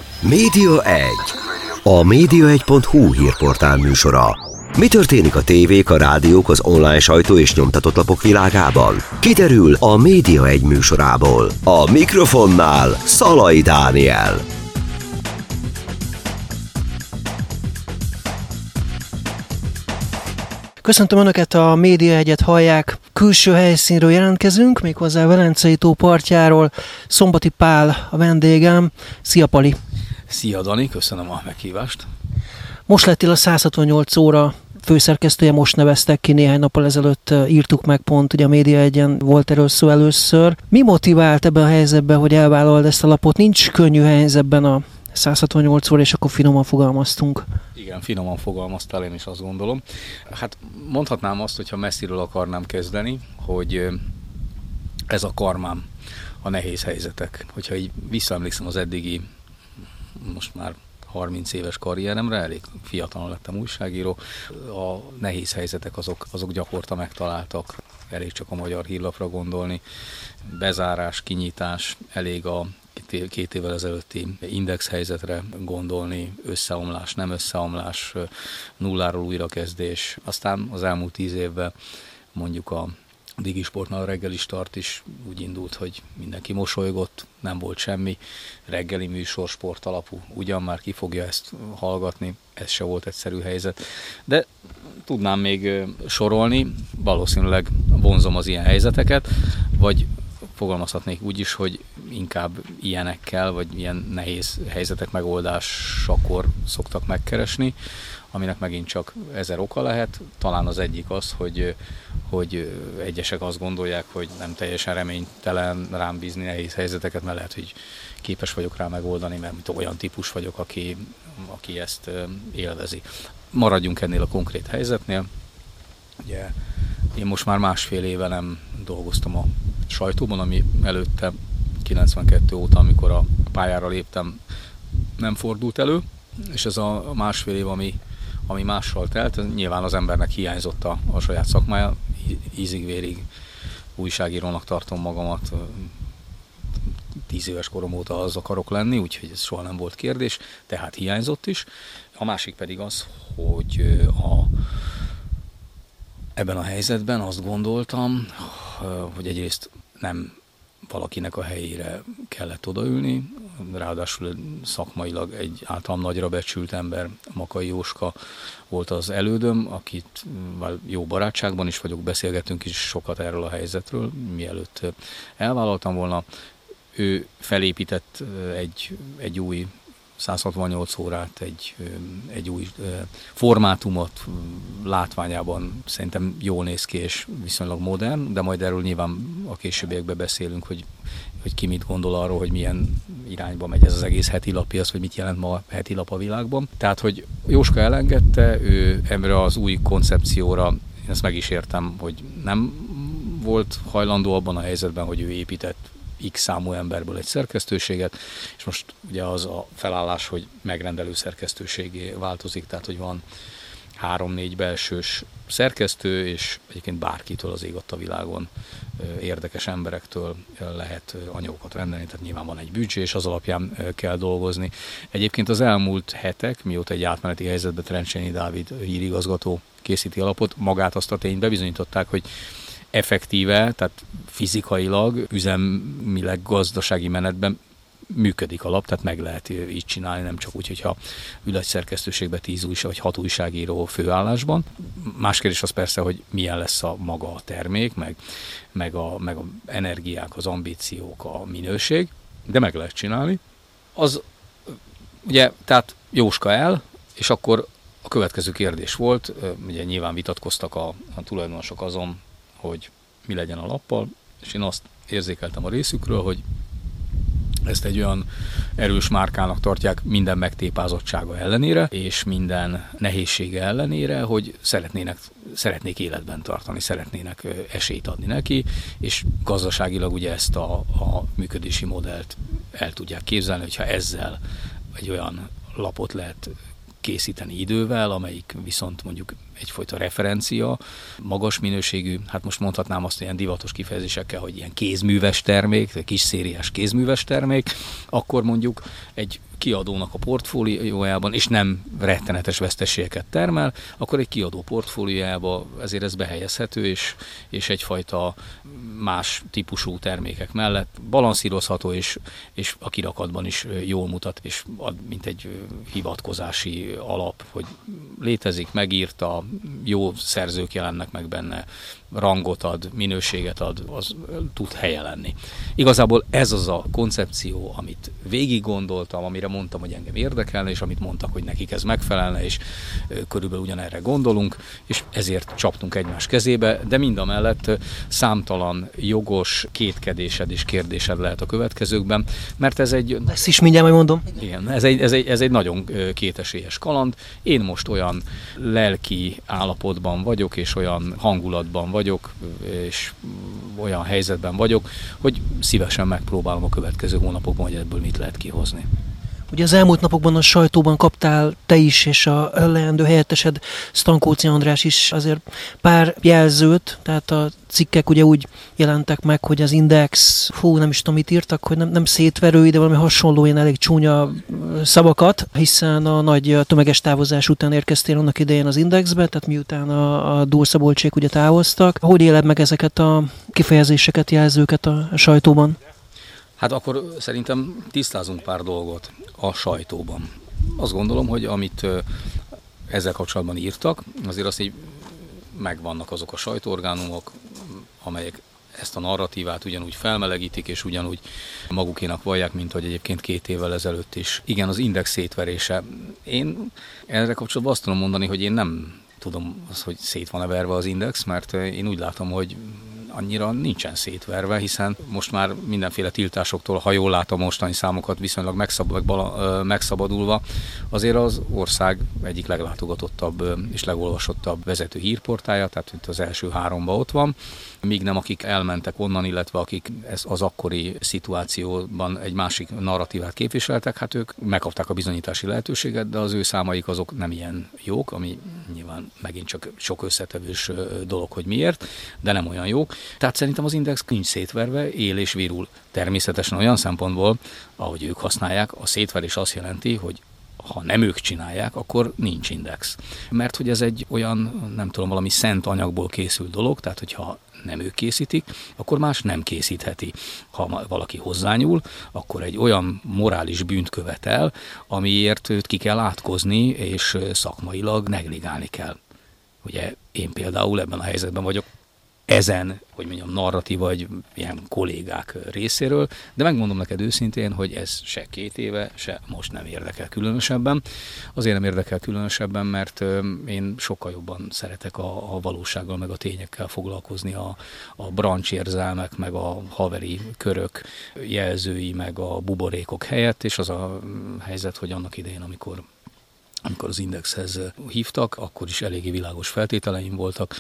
Média 1. A média1.hu hírportál műsora. Mi történik a tévék, a rádiók, az online sajtó és nyomtatott lapok világában? Kiderül a Média 1 műsorából. A mikrofonnál Szalai Dániel. Köszöntöm Önöket, a Média 1-et hallják. Külső helyszínről jelentkezünk, méghozzá a Velencei tó partjáról. Szombati Pál a vendégem. Szia, Pali! Szia, Dani, köszönöm a meghívást. Most lettél a 168 óra főszerkesztője, most neveztek ki, néhány nappal ezelőtt írtuk meg pont, ugye a Média 1-en volt erről szó először. Mi motivált ebben a helyzetben, hogy elvállalod ezt a lapot? Nincs könnyű helyzetben a 168 óra, és akkor finoman fogalmaztunk. Igen, finoman fogalmaztál, én is azt gondolom. Hát mondhatnám azt, hogyha messziről akarnám kezdeni, hogy ez a karmám, a nehéz helyzetek. Hogyha így visszaemlékszem az eddigi, most már 30 éves karrieremre, elég fiatalon lettem újságíró, a nehéz helyzetek azok gyakorta megtaláltak. Elég csak a Magyar Hírlapra gondolni. Bezárás, kinyitás, elég a 2 évvel ezelőtti index helyzetre gondolni, összeomlás, nem összeomlás, nulláról újrakezdés. Aztán az elmúlt 10 évben mondjuk a Digisportnál a reggeli start is úgy indult, hogy mindenki mosolygott, nem volt semmi, reggeli műsor, sport alapú, ugyan már ki fogja ezt hallgatni, ez se volt egyszerű helyzet. De tudnám még sorolni, valószínűleg vonzom az ilyen helyzeteket, vagy fogalmazhatnék úgy is, hogy inkább ilyenekkel, vagy ilyen nehéz helyzetek megoldásakor szoktak megkeresni, aminek megint csak 1000 oka lehet. Talán az egyik az, hogy egyesek azt gondolják, hogy nem teljesen reménytelen rám bízni nehéz helyzeteket, mert lehet, hogy képes vagyok rá megoldani, mert olyan típus vagyok, aki ezt élvezi. Maradjunk ennél a konkrét helyzetnél. Ugye, én most már 1,5 éve nem dolgoztam a sajtóban, ami előtte 92 óta, amikor a pályára léptem, nem fordult elő, és ez a 1,5 év, ami mással telt, nyilván az embernek hiányzott a saját szakmája, ízig-vérig újságírónak tartom magamat, 10 éves korom óta az akarok lenni, úgyhogy ez soha nem volt kérdés, tehát hiányzott is. A másik pedig az, hogy ebben a helyzetben azt gondoltam, hogy egyrészt nem valakinek a helyére kellett odaülni, ráadásul szakmailag egy általam nagyra becsült ember, Makai Jóska volt az elődöm, akit jó barátságban is vagyok, beszélgetünk is sokat erről a helyzetről, mielőtt elvállaltam volna. Ő felépített egy új 168 órát, egy új formátumot, látványában szerintem jól néz ki és viszonylag modern, de majd erről nyilván a későbbiekben beszélünk, hogy ki mit gondol arról, hogy milyen irányba megy ez az egész heti lapiac, hogy mit jelent ma a heti lap a világban. Tehát, hogy Jóska elengedte, ő erre az új koncepcióra, én ezt meg is értem, hogy nem volt hajlandó abban a helyzetben, hogy ő épített X számú emberből egy szerkesztőséget, és most ugye az a felállás, hogy megrendelő szerkesztőségé változik, tehát hogy van 3-4 belsős szerkesztő, és egyébként bárkitől az ég adta világon érdekes emberektől lehet anyagokat rendelni, tehát nyilván van egy büdzsé, és az alapján kell dolgozni. Egyébként az elmúlt hetek, mióta egy átmeneti helyzetben Trencsényi Dávid hírigazgató készíti a lapot, magát azt a tényt bebizonyították, hogy effektíve, tehát fizikailag, üzemileg, gazdasági menetben működik a lap, tehát meg lehet így csinálni, nem csak úgy, hogyha ül egy szerkesztőségbe 10 vagy 6 újságíró főállásban. Más kérdés az persze, hogy milyen lesz a maga a termék, meg a energiák, az ambíciók, a minőség, de meg lehet csinálni. Az ugye, tehát Jóska el, és akkor a következő kérdés volt, ugye nyilván vitatkoztak a tulajdonosok azon, hogy mi legyen a lappal, és én azt érzékeltem a részükről, hogy ezt egy olyan erős márkának tartják minden megtépázottsága ellenére, és minden nehézsége ellenére, hogy szeretnék életben tartani, szeretnének esélyt adni neki, és gazdaságilag ugye ezt a működési modellt el tudják képzelni, hogyha ezzel egy olyan lapot lehet készíteni idővel, amelyik viszont mondjuk egyfajta referencia, magas minőségű, hát most mondhatnám azt ilyen divatos kifejezésekkel, hogy ilyen kézműves termék, kis szériás kézműves termék, akkor mondjuk egy kiadónak a portfóliójában, és nem rettenetes veszteségeket termel, akkor egy kiadó portfóliójába ezért ez behelyezhető, és egyfajta más típusú termékek mellett balanszírozható, és a kirakatban is jól mutat, és ad, mint egy hivatkozási alap, hogy létezik, megírta, jó szerzők jelennek meg benne, rangot ad, minőséget ad, az tud helye lenni. Igazából ez az a koncepció, amit végig gondoltam, amire mondtam, hogy engem érdekelne, és amit mondtak, hogy nekik ez megfelelne, és körülbelül ugyanerre gondolunk, és ezért csaptunk egymás kezébe, de mindamellett számtalan jogos kétkedésed és kérdésed lehet a következőkben, mert ez egy... Ezt is mindjárt majd mondom. Igen, ez egy nagyon kétesélyes kaland. Én most olyan lelki állapotban vagyok, és olyan hangulatban vagyok, és olyan helyzetben vagyok, hogy szívesen megpróbálom a következő hónapokban, hogy ebből mit lehet kihozni. Ugye az elmúlt napokban a sajtóban kaptál te is, és a leendő helyettesed Stankóczy András is azért pár jelzőt, tehát a cikkek ugye úgy jelentek meg, hogy az Index, nem is tudom mit írtak, hogy nem szétverő, de valami hasonló, ilyen elég csúnya szavakat, hiszen a nagy tömeges távozás után érkeztél annak idején az Indexbe, tehát miután a Dór-Szabolcsék ugye távoztak. Hogy éled meg ezeket a kifejezéseket, jelzőket a sajtóban? Hát akkor szerintem tisztázunk pár dolgot a sajtóban. Azt gondolom, hogy amit ezzel kapcsolatban írtak, azért azt így megvannak azok a sajtóorgánumok, amelyek ezt a narratívát ugyanúgy felmelegítik, és ugyanúgy magukénak vallják, mint hogy egyébként 2 évvel ezelőtt is. Igen, az Index szétverése. Én ezzel kapcsolatban azt tudom mondani, hogy én nem tudom azt, hogy szét van-e verve az Index, mert én úgy látom, hogy annyira nincsen szétverve, hiszen most már mindenféle tiltásoktól, ha jól látom a mostani számokat viszonylag megszabadulva, azért az ország egyik leglátogatottabb és legolvasottabb vezető hírportálja, tehát itt az első 3-ban ott van, míg nem akik elmentek onnan, illetve akik az akkori szituációban egy másik narratívát képviseltek, hát ők megkapták a bizonyítási lehetőséget, de az ő számaik azok nem ilyen jók, ami nyilván megint csak sok összetevős dolog, hogy miért, de nem olyan jók. Tehát szerintem az Index nincs szétverve, él és virul. Természetesen olyan szempontból, ahogy ők használják, a szétverés azt jelenti, hogy ha nem ők csinálják, akkor nincs Index. Mert hogy ez egy olyan, nem tudom, valami szent anyagból készült dolog, tehát hogyha nem ők készítik, akkor más nem készítheti. Ha valaki hozzányúl, akkor egy olyan morális bűnt követel, amiért őt ki kell átkozni, és szakmailag negligálni kell. Ugye én például ebben a helyzetben vagyok, ezen, hogy mondjam, narratív vagy ilyen kollégák részéről, de megmondom neked őszintén, hogy ez se 2 éve, se most nem érdekel különösebben. Azért nem érdekel különösebben, mert én sokkal jobban szeretek a valósággal, meg a tényekkel foglalkozni, a brancsérzelmek, meg a haveri körök jelzői, meg a buborékok helyett, és az a helyzet, hogy annak idején, amikor az Indexhez hívtak, akkor is eléggé világos feltételeim voltak.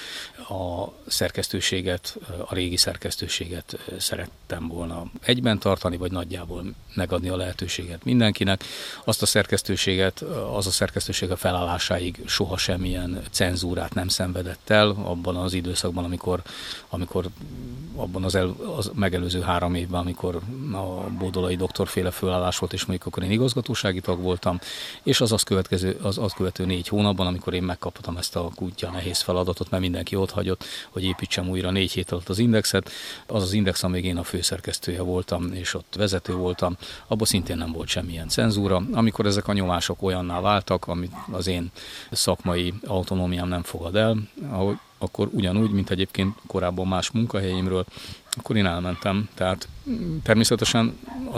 A szerkesztőséget, a régi szerkesztőséget szerettem volna egyben tartani, vagy nagyjából megadni a lehetőséget mindenkinek. Az a szerkesztőség a felállásáig soha semmilyen cenzúrát nem szenvedett el abban az időszakban, amikor abban az megelőző 3 évben, amikor a Bódolai doktorféle fölállás volt, és mondjuk akkor én igazgatósági tag voltam, és az követő 4 hónapban, amikor én megkaptam ezt a kutya nehéz feladatot, mert mindenki ott hagyott, hogy építsem újra 4 hét alatt az Indexet. Az Index, amíg én a főszerkesztője voltam, és ott vezető voltam, abban szintén nem volt semmilyen cenzúra. Amikor ezek a nyomások olyanná váltak, amit az én szakmai autonómiám nem fogad el, akkor ugyanúgy, mint egyébként korábban más munkahelyeimről, akkor én elmentem. Tehát természetesen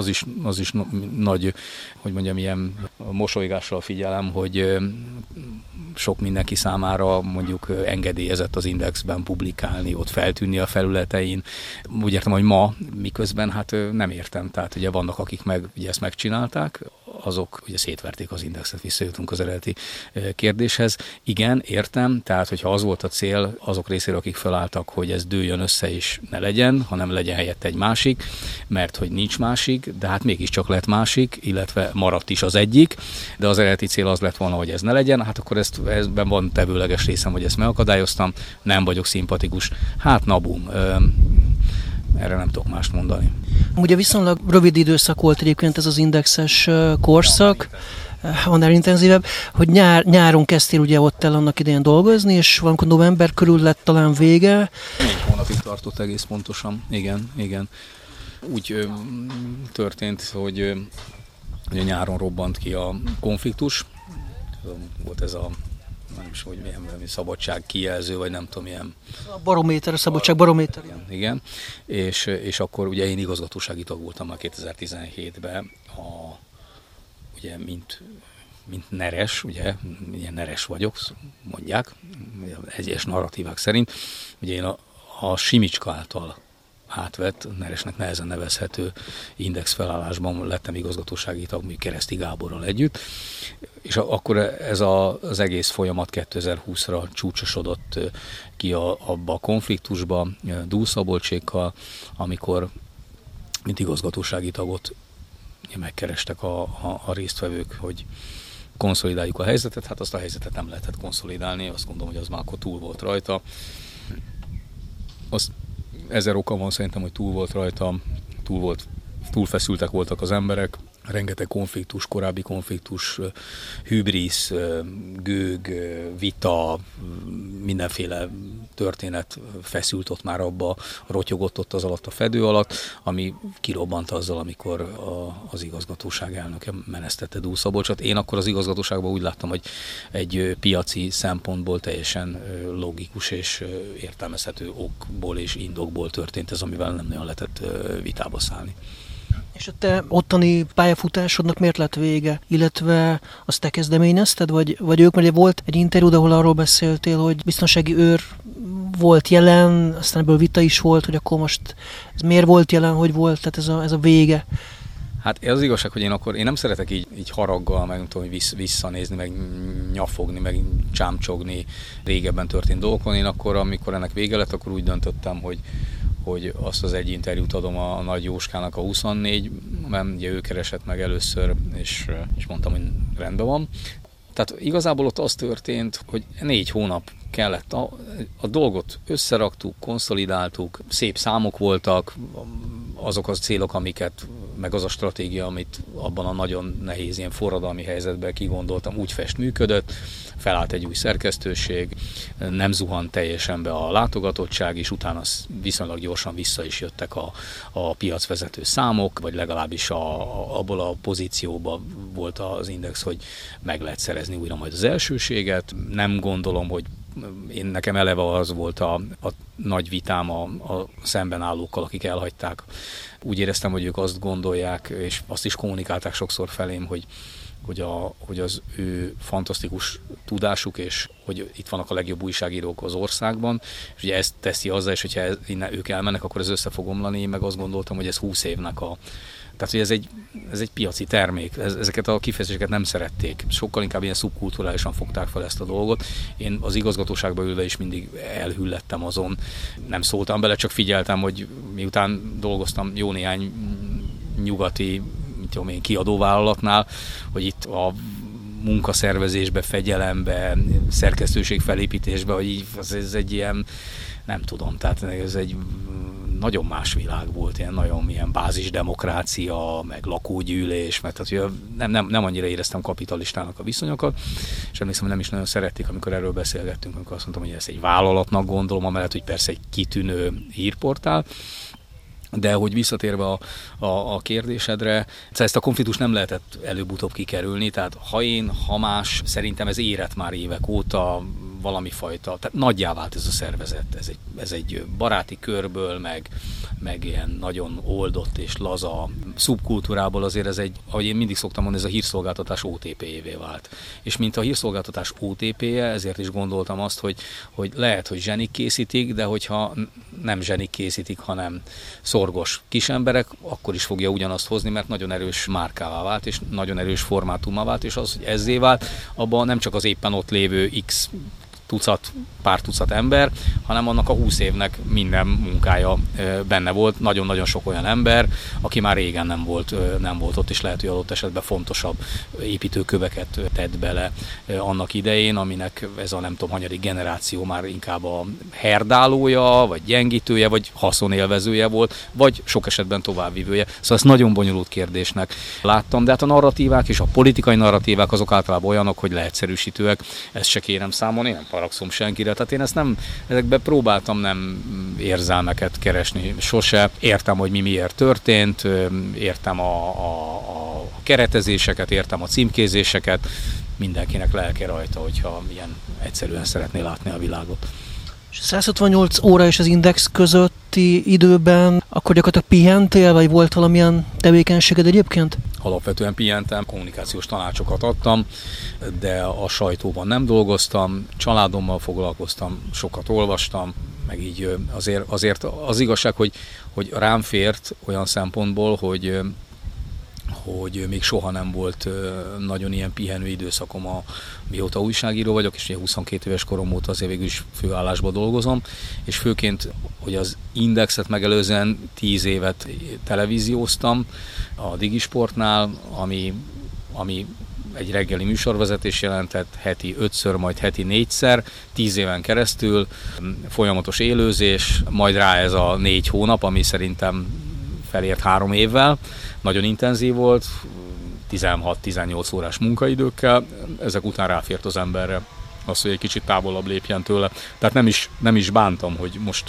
az is nagy, hogy mondjam, ilyen mosolygással figyelem, hogy sok mindenki számára mondjuk engedélyezett az Indexben publikálni, ott feltűnni a felületein. Úgy értem, hogy ma, miközben hát nem értem. Tehát ugye vannak, akik meg ugye ezt megcsinálták, azok ugye szétverték az indexet, visszajutunk az eredeti kérdéshez. Igen, értem, tehát hogyha az volt a cél azok részéről, akik felálltak, hogy ez dőljön össze és ne legyen, hanem legyen helyett egy másik, mert hogy nincs másik, de hát mégiscsak lett másik, illetve maradt is az egyik, de az eredeti cél az lett volna, hogy ez ne legyen, hát akkor ezben van tevőleges részem, hogy ezt megakadályoztam, nem vagyok szimpatikus. Hát nabum, erre nem tudok mást mondani. Ugye viszonylag rövid időszak volt egyébként ez az indexes korszak, annál intenzívebb, hogy nyáron kezdtél ugye ott el annak idején dolgozni, és valamikor november körül lett talán vége. 4 hónapig tartott egész pontosan, igen. Úgy történt, hogy nyáron robbant ki a konfliktus, volt ez a nem is, hogy milyen szabadság kijelző, vagy nem tudom, milyen... A barométer, a szabadság barométer. Igen, és akkor ugye én igazgatósági tag voltam már 2017-ben, ugye mint neres, ugye, ilyen neres vagyok, mondják, egyes narratívák szerint, ugye én a Simicska által átvett, neresnek nehezen nevezhető index felállásban lettem igazgatósági tag, mondjuk Kereszti Gáborral együtt, és akkor ez az egész folyamat 2020-ra csúcsosodott ki abba a konfliktusba, Dúl-Szabolcsékkal, amikor mint igazgatósági tagot megkerestek a résztvevők, hogy konszolidáljuk a helyzetet, hát azt a helyzetet nem lehetett konszolidálni, azt gondolom, hogy az már akkor túl volt rajta. Azt 1000 oka van szerintem, hogy túl volt rajta, túl feszültek voltak az emberek, rengeteg konfliktus, korábbi konfliktus, hübrisz, gőg, vita, mindenféle történet feszült ott már abba, rotyogott ott az alatt a fedő alatt, ami kirobbant azzal, amikor az igazgatóság elnöke menesztette Dúl-Szabolcsot. Én akkor az igazgatóságban úgy láttam, hogy egy piaci szempontból teljesen logikus és értelmezhető okból és indokból történt ez, amivel nem nagyon lehetett vitába szállni. És a te ottani pályafutásodnak miért lett vége? Illetve azt te kezdeményezted, vagy ők? Mert volt egy interjú, ahol arról beszéltél, hogy biztonsági őr volt jelen, aztán ebből vita is volt, hogy akkor most ez miért volt jelen, hogy volt, tehát ez a vége. Hát ez az igazság, hogy én nem szeretek így haraggal, meg nem tudom, hogy visszanézni, meg nyafogni, meg csámcsogni régebben történt dolgokon. Én akkor, amikor ennek vége lett, akkor úgy döntöttem, hogy azt az egy interjút adom a Nagy Jóskának a 24-ben, ugye ő keresett meg először, és mondtam, hogy rendben van. Tehát igazából ott az történt, hogy 4 hónap kellett, a dolgot összeraktuk, konszolidáltuk, szép számok voltak, azok az célok, amiket, meg az a stratégia, amit abban a nagyon nehéz ilyen forradalmi helyzetben kigondoltam, úgy fest működött, felállt egy új szerkesztőség, nem zuhant teljesen be a látogatottság, és utána viszonylag gyorsan vissza is jöttek a piacvezető számok, vagy legalábbis abból a pozícióban volt az index, hogy meg lehet szerezni újra majd az elsőséget. Nem gondolom, hogy nekem eleve az volt a nagy vitám a szemben állókkal, akik elhagyták. Úgy éreztem, hogy ők azt gondolják, és azt is kommunikálták sokszor felém, hogy az ő fantasztikus tudásuk, és hogy itt vannak a legjobb újságírók az országban, és ugye ezt teszi azzal, és hogyha ők elmennek, akkor ez össze fog omlani. Én meg azt gondoltam, hogy ez 20 évnek tehát, hogy ez egy piaci termék, ezeket a kifejezéseket nem szerették. Sokkal inkább ilyen szubkulturálisan fogták fel ezt a dolgot. Én az igazgatóságban ülve is mindig elhüllettem azon. Nem szóltam bele, csak figyeltem, hogy miután dolgoztam jó néhány nyugati kiadóvállalatnál, hogy itt a munkaszervezésbe, fegyelembe, szerkesztőség felépítésbe, hogy így, ez egy ilyen, nem tudom, tehát ez egy nagyon más világ volt, ilyen bázisdemokrácia, meg lakógyűlés, mert tehát, nem annyira éreztem kapitalistának a viszonyokat, és emlékszem, hogy nem is nagyon szerették, amikor erről beszélgettünk, amikor azt mondtam, hogy ezt egy vállalatnak gondolom, amellett, hogy persze egy kitűnő hírportál. De hogy visszatérve a kérdésedre, ezt a konfliktust nem lehetett előbb-utóbb kikerülni, tehát ha más, szerintem ez érett már évek óta, valami fajta, tehát nagyjá vált ez a szervezet, ez egy baráti körből, meg ilyen nagyon oldott és laza szubkultúrából azért ez ahogy én mindig szoktam mondani, ez a hírszolgáltatás OTP-jévé vált. És mint a hírszolgáltatás OTP-je, ezért is gondoltam azt, hogy lehet, hogy zsenik készítik, de hogyha nem zsenik készítik, hanem szorgos kisemberek, akkor is fogja ugyanazt hozni, mert nagyon erős márkává vált, és nagyon erős formátumá vált, és az, hogy ezzé vált, abban nem csak az éppen ott lévő X pár tucat ember, hanem annak a 20 évnek minden munkája benne volt. Nagyon-nagyon sok olyan ember, aki már régen nem volt ott, és lehet, hogy adott esetben fontosabb építőköveket tett bele annak idején, aminek ez a nem tudom, hanyadik generáció már inkább a herdálója, vagy gyengítője, vagy haszonélvezője volt, vagy sok esetben továbbvivője. Szóval ezt nagyon bonyolult kérdésnek láttam, de hát a narratívák és a politikai narratívák azok általában olyanok, hogy leegyszerűsítőek. Ezt se kérem számolni, nem haragszom senkire. Tehát én ezekben próbáltam nem érzelmeket keresni sose. Értem, hogy miért történt, értem a keretezéseket, értem a címkézéseket. Mindenkinek lelke rajta, hogyha ilyen egyszerűen szeretné látni a világot. 168 óra és az Index közötti időben akkor gyakorlatilag pihentél, vagy volt valamilyen tevékenységed egyébként? Alapvetően pihentem, kommunikációs tanácsokat adtam, de a sajtóban nem dolgoztam, családommal foglalkoztam, sokat olvastam, meg így azért az igazság, hogy rám fért olyan szempontból, hogy még soha nem volt nagyon ilyen pihenő időszakom, mióta újságíró vagyok, és 22 éves korom óta azért végül is főállásban dolgozom, és főként, hogy az Indexet megelőzően 10 évet televízióztam a Digisportnál, ami egy reggeli műsorvezetés jelentett, heti 5-ször, majd heti 4-szer, 10 éven keresztül, folyamatos élőzés, majd rá ez a 4 hónap, ami szerintem felért 3 évvel, nagyon intenzív volt, 16-18 órás munkaidőkkel, ezek után ráfért az emberre az, hogy egy kicsit távolabb lépjen tőle. Tehát nem is bántam, hogy most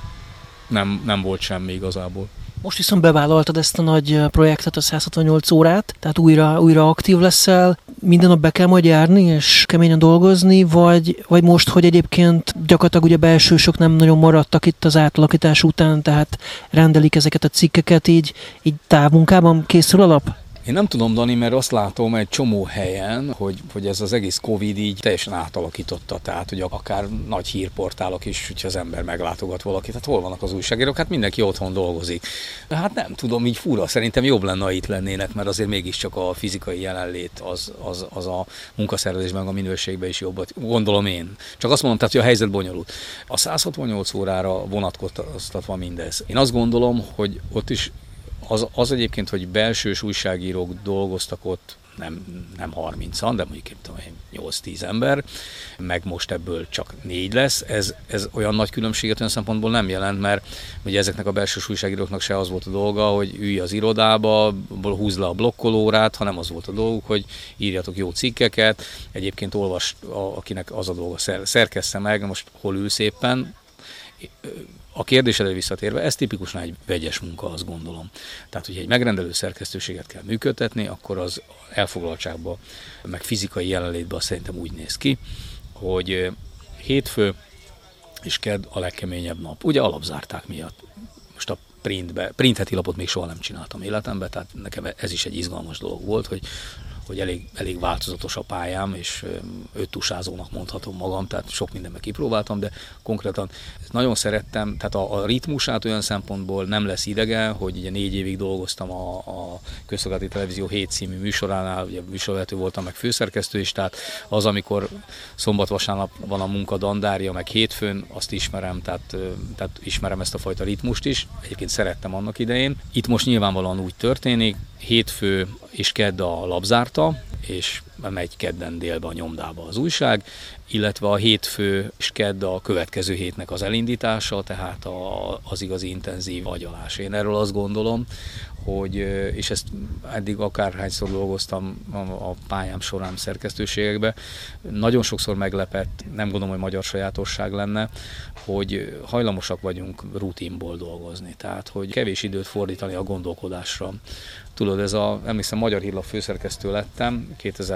nem volt semmi igazából. Most viszont bevállaltad ezt a nagy projektet, a 168 órát, tehát újra aktív leszel, minden nap be kell majd járni, és keményen dolgozni, vagy most, hogy egyébként gyakorlatilag ugye belsősök nem nagyon maradtak itt az átalakítás után, tehát rendelik ezeket a cikkeket, így távmunkában készül a lap? Én nem tudom, Dani, mert azt látom egy csomó helyen, hogy ez az egész Covid így teljesen átalakította, tehát hogy akár nagy hírportálok is, hogyha az ember meglátogat valakit, hát hol vannak az újságírók, hát mindenki otthon dolgozik. De hát nem tudom, így fura, szerintem jobb lenne, ha itt lennének, mert azért mégiscsak a fizikai jelenlét az a munkaszervezésben, a minőségben is jobb, gondolom én. Csak azt mondom, tehát, hogy a helyzet bonyolult. A 168 órára vonatkoztatva mindez. Én azt gondolom, hogy ott is az egyébként, hogy belsős újságírók dolgoztak ott, nem 30-an, de mondjuk 8-10 ember, meg most ebből csak 4 lesz, ez olyan nagy különbséget olyan szempontból nem jelent, mert ugye ezeknek a belsős újságíróknak se az volt a dolga, hogy ülj az irodába, húzd le a blokkolórát, hanem az volt a dolguk, hogy írjatok jó cikkeket, egyébként olvast, akinek az a dolga, szerkessze meg, most hol ülsz éppen. A kérdésedre visszatérve, ez tipikusan egy vegyes munka, azt gondolom. Tehát, hogyha egy megrendelő szerkesztőséget kell működtetni, akkor az elfoglaltságban, meg fizikai jelenlétben szerintem úgy néz ki, hogy hétfő és kedd a legkeményebb nap. Ugye alapzárták miatt. Most a print heti lapot még soha nem csináltam életemben, tehát nekem ez is egy izgalmas dolog volt, hogy elég változatos a pályám, és öttusázónak mondhatom magam, tehát sok mindenben kipróbáltam, de konkrétan nagyon szerettem, tehát a ritmusát olyan szempontból nem lesz idegen, hogy ugye 4 évig dolgoztam a Közszolgálati Televízió 7 című műsoránál, ugye műsorvezető voltam, meg főszerkesztő is, tehát az, amikor szombat-vasárnap van a munka dandárja, meg hétfőn, azt ismerem, tehát ismerem ezt a fajta ritmust is, egyébként szerettem annak idején. Itt most nyilvánvalóan úgy történik, hétfő és kedd a lapzárta, és megy kedden délbe a nyomdába az újság, illetve a hétfő és kedd a következő hétnek az elindítása, tehát az igazi intenzív agyalás. Én erről azt gondolom, hogy, és ezt eddig akárhányszor dolgoztam a pályám során szerkesztőségekbe, nagyon sokszor meglepett, nem gondolom, hogy magyar sajátosság lenne, hogy hajlamosak vagyunk rutinból dolgozni, tehát hogy kevés időt fordítani a gondolkodásra. Tudod, emlékszem, Magyar Hírlap főszerkesztő lettem 2003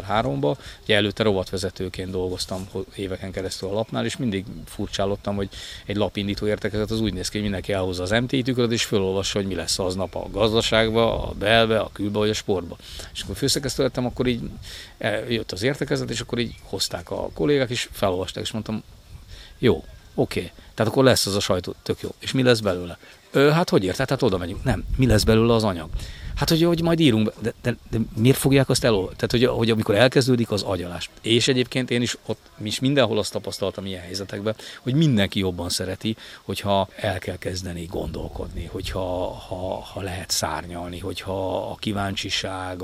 2003-ban. Ugye előtte rovatvezetőként dolgoztam éveken keresztül a lapnál, és mindig furcsálottam, hogy egy lapindító értekezet az úgy néz ki, hogy mindenki elhozza az MTI tükröt, és felolvassa, hogy mi lesz aznap a gazdaságba, a belbe, a külbe vagy a sportba. És akkor főszerkesztő lettem, akkor így jött az értekezet, és akkor így hozták a kollégák, és felolvasták, és mondtam, jó, oké. Tehát akkor lesz az a sajtó, tök jó. És mi lesz belőle? Hát hogy érted? Hát oda megyünk. Nem, mi lesz belőle az anyag? Hát, hogy majd írunk, de miért fogják azt elolvasni? Tehát, hogy amikor elkezdődik az agyalás. És egyébként én is mindenhol azt tapasztaltam ilyen helyzetekben, hogy mindenki jobban szereti, hogyha el kell kezdeni gondolkodni, hogyha lehet szárnyalni, hogyha a kíváncsiság,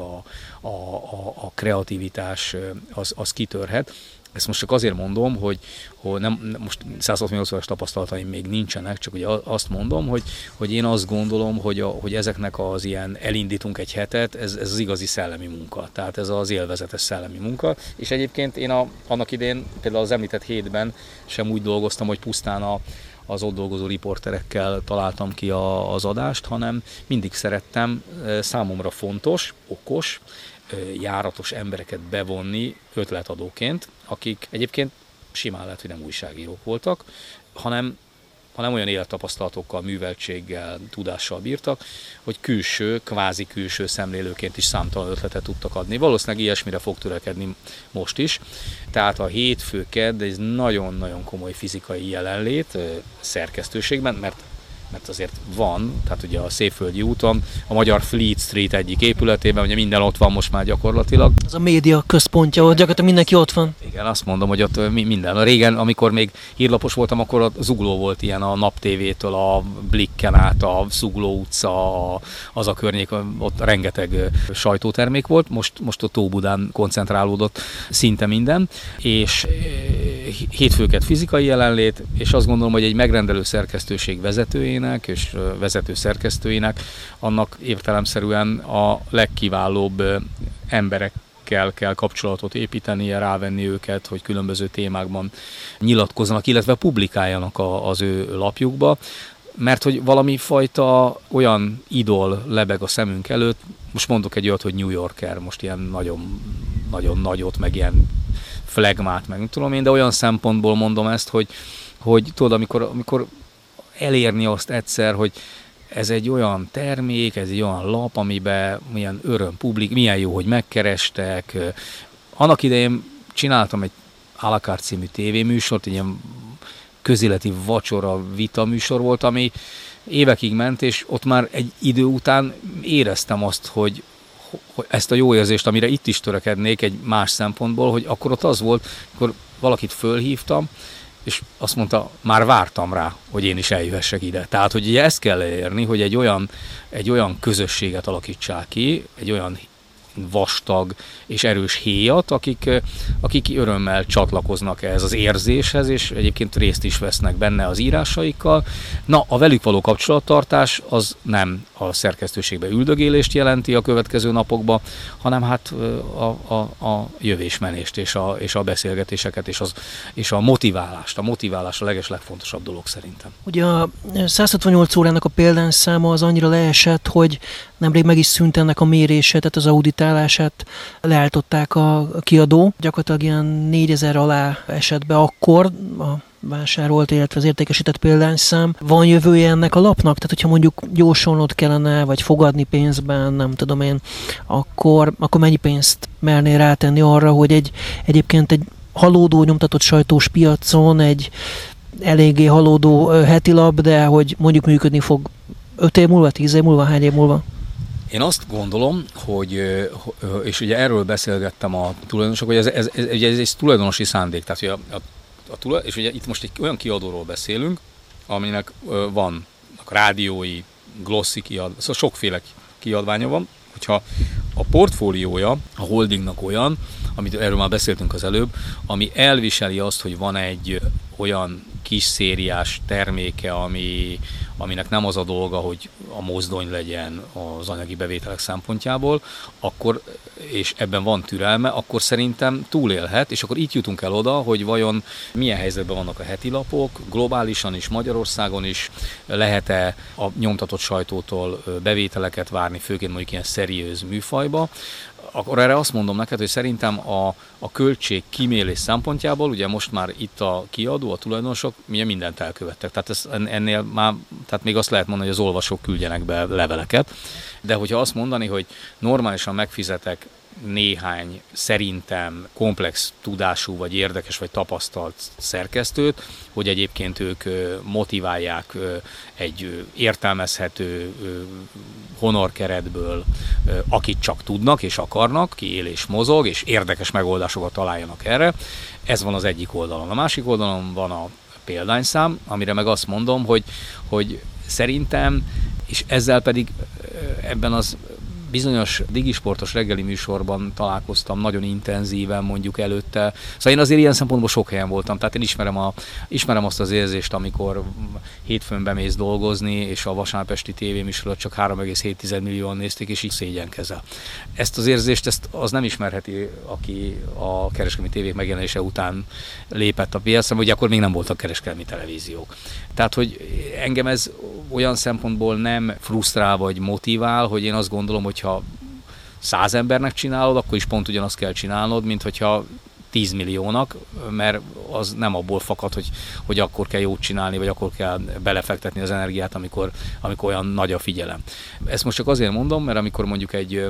a kreativitás az kitörhet. Ezt most csak azért mondom, hogy most 168-as tapasztalataim még nincsenek, csak ugye azt mondom, hogy én azt gondolom, hogy ezeknek az ilyen elindítunk egy hetet, ez az igazi szellemi munka. Tehát ez az élvezetes szellemi munka. És egyébként én annak idén, például az említett hétben sem úgy dolgoztam, hogy pusztán az ott dolgozó riporterekkel találtam ki az adást, hanem mindig szerettem számomra fontos, okos, járatos embereket bevonni ötletadóként, akik egyébként simán lehet, hogy nem újságírók voltak, hanem olyan élettapasztalatokkal, műveltséggel, tudással bírtak, hogy kvázi külső szemlélőként is számtalan ötletet tudtak adni. Valószínűleg ilyesmire fog törekedni most is. Tehát a hétfő kedd egy nagyon-nagyon komoly fizikai jelenlét szerkesztőségben, mert azért van, tehát ugye a Szépföldi úton, a magyar Fleet Street egyik épületében, ugye minden ott van most már gyakorlatilag. Ez a média központja, ott gyakorlatilag mindenki ott van. Igen, azt mondom, hogy ott minden. Régen, amikor még hírlapos voltam, akkor a Zugló volt ilyen a Nap TV-től, a Blikken át, a Zugló utca, az a környék, ott rengeteg sajtótermék volt, most a Tóbudán koncentrálódott szinte minden, és hétfőket fizikai jelenlét, és azt gondolom, hogy egy megrendelő szerkesztőség vezetőjének és vezető szerkesztőjének annak értelemszerűen a legkiválóbb emberekkel kell kapcsolatot építenie, rávenni őket, hogy különböző témákban nyilatkozzanak, illetve publikáljanak az ő lapjukba, mert hogy valami fajta olyan idol lebeg a szemünk előtt, most mondok egy olyat, hogy New Yorker, most ilyen nagyon, nagyon nagyot, meg ilyen flagmát, meg nem tudom én, de olyan szempontból mondom ezt, hogy tudod, amikor elérni azt egyszer, hogy ez egy olyan termék, ez egy olyan lap, amiben milyen öröm publik, milyen jó, hogy megkerestek. Annak idején csináltam egy à la carte című tévéműsort, egy ilyen közéleti vacsora vita műsor volt, ami évekig ment, és ott már egy idő után éreztem azt, hogy ezt a jó érzést, amire itt is törekednék egy más szempontból, hogy akkor ott az volt, akkor valakit fölhívtam, és azt mondta, már vártam rá, hogy én is eljöhessek ide. Tehát, hogy ugye ezt kell elérni, hogy egy olyan közösséget alakítsák ki, egy olyan vastag és erős héjat, akik örömmel csatlakoznak ehhez az érzéshez, és egyébként részt is vesznek benne az írásaikkal. Na, a velük való kapcsolattartás az nem a szerkesztőségbe üldögélést jelenti a következő napokban, hanem hát a jövésmenést és a beszélgetéseket és a motiválást. A motiválás a legfontosabb dolog szerintem. Ugye a 168 órának a példányszáma az annyira leesett, hogy nemrég meg is szűnt ennek a mérése, tehát az auditálását leálltották a kiadó. Gyakorlatilag ilyen 4000 alá esett be akkor a vásárolt, illetve az értékesített példányszám. Van jövője ennek a lapnak? Tehát, hogyha mondjuk jósolnod kellene, vagy fogadni pénzben, nem tudom én, akkor mennyi pénzt mernél rátenni arra, hogy egyébként egy halódó nyomtatott sajtós piacon egy eléggé halódó hetilap, de hogy mondjuk működni fog 5 év múlva, 10 év múlva, hány év múlva? Én azt gondolom, hogy, és ugye erről beszélgettem a tulajdonosok, hogy ez egy tulajdonosi szándék, tehát hogy és ugye itt most egy olyan kiadóról beszélünk, aminek vannak rádiói, glossy kiadvány, szóval sokféle kiadványa van, hogyha a portfóliója a holdingnak olyan, amit erről már beszéltünk az előbb, ami elviseli azt, hogy van egy olyan kis szériás terméke, aminek nem az a dolga, hogy a mozdony legyen az anyagi bevételek szempontjából, akkor, és ebben van türelme, akkor szerintem túlélhet, és akkor itt jutunk el oda, hogy vajon milyen helyzetben vannak a hetilapok, globálisan is, Magyarországon is, lehet-e a nyomtatott sajtótól bevételeket várni, főként mondjuk ilyen szeriőz műfajba. Akkor erre azt mondom neked, hogy szerintem a költség kímélés szempontjából, ugye most már itt a kiadó, a tulajdonosok mindent elkövettek. Tehát ennél már, tehát még azt lehet mondani, hogy az olvasók küldjenek be leveleket, de hogyha azt mondani, hogy normálisan megfizetek néhány szerintem komplex tudású, vagy érdekes, vagy tapasztalt szerkesztőt, hogy egyébként ők motiválják egy értelmezhető honorkeretből, akit csak tudnak és akarnak, ki él és mozog, és érdekes megoldásokat találjanak erre. Ez van az egyik oldalon. A másik oldalon van a példányszám, amire meg azt mondom, hogy szerintem, és ezzel pedig ebben az bizonyos digisportos reggeli műsorban találkoztam nagyon intenzíven mondjuk előtte. Szóval én azért ilyen szempontból sok helyen voltam, tehát én ismerem azt az érzést, amikor hétfőn bemész dolgozni, és a vasárnapesti tévéműsorot csak 3,7 millióan nézték, és így szégyenkezel. Ezt az érzést az nem ismerheti, aki a kereskedelmi tévék megjelenése után lépett a piacra, ugye akkor még nem voltak kereskedelmi televíziók. Tehát, hogy engem ez olyan szempontból nem frusztrál vagy motivál, hogy én azt gondolom, hogyha 100 embernek csinálod, akkor is pont ugyanazt kell csinálnod, mint hogyha 10 milliónak, mert az nem abból fakad, hogy akkor kell jót csinálni, vagy akkor kell belefektetni az energiát, amikor olyan nagy a figyelem. Ezt most csak azért mondom, mert amikor mondjuk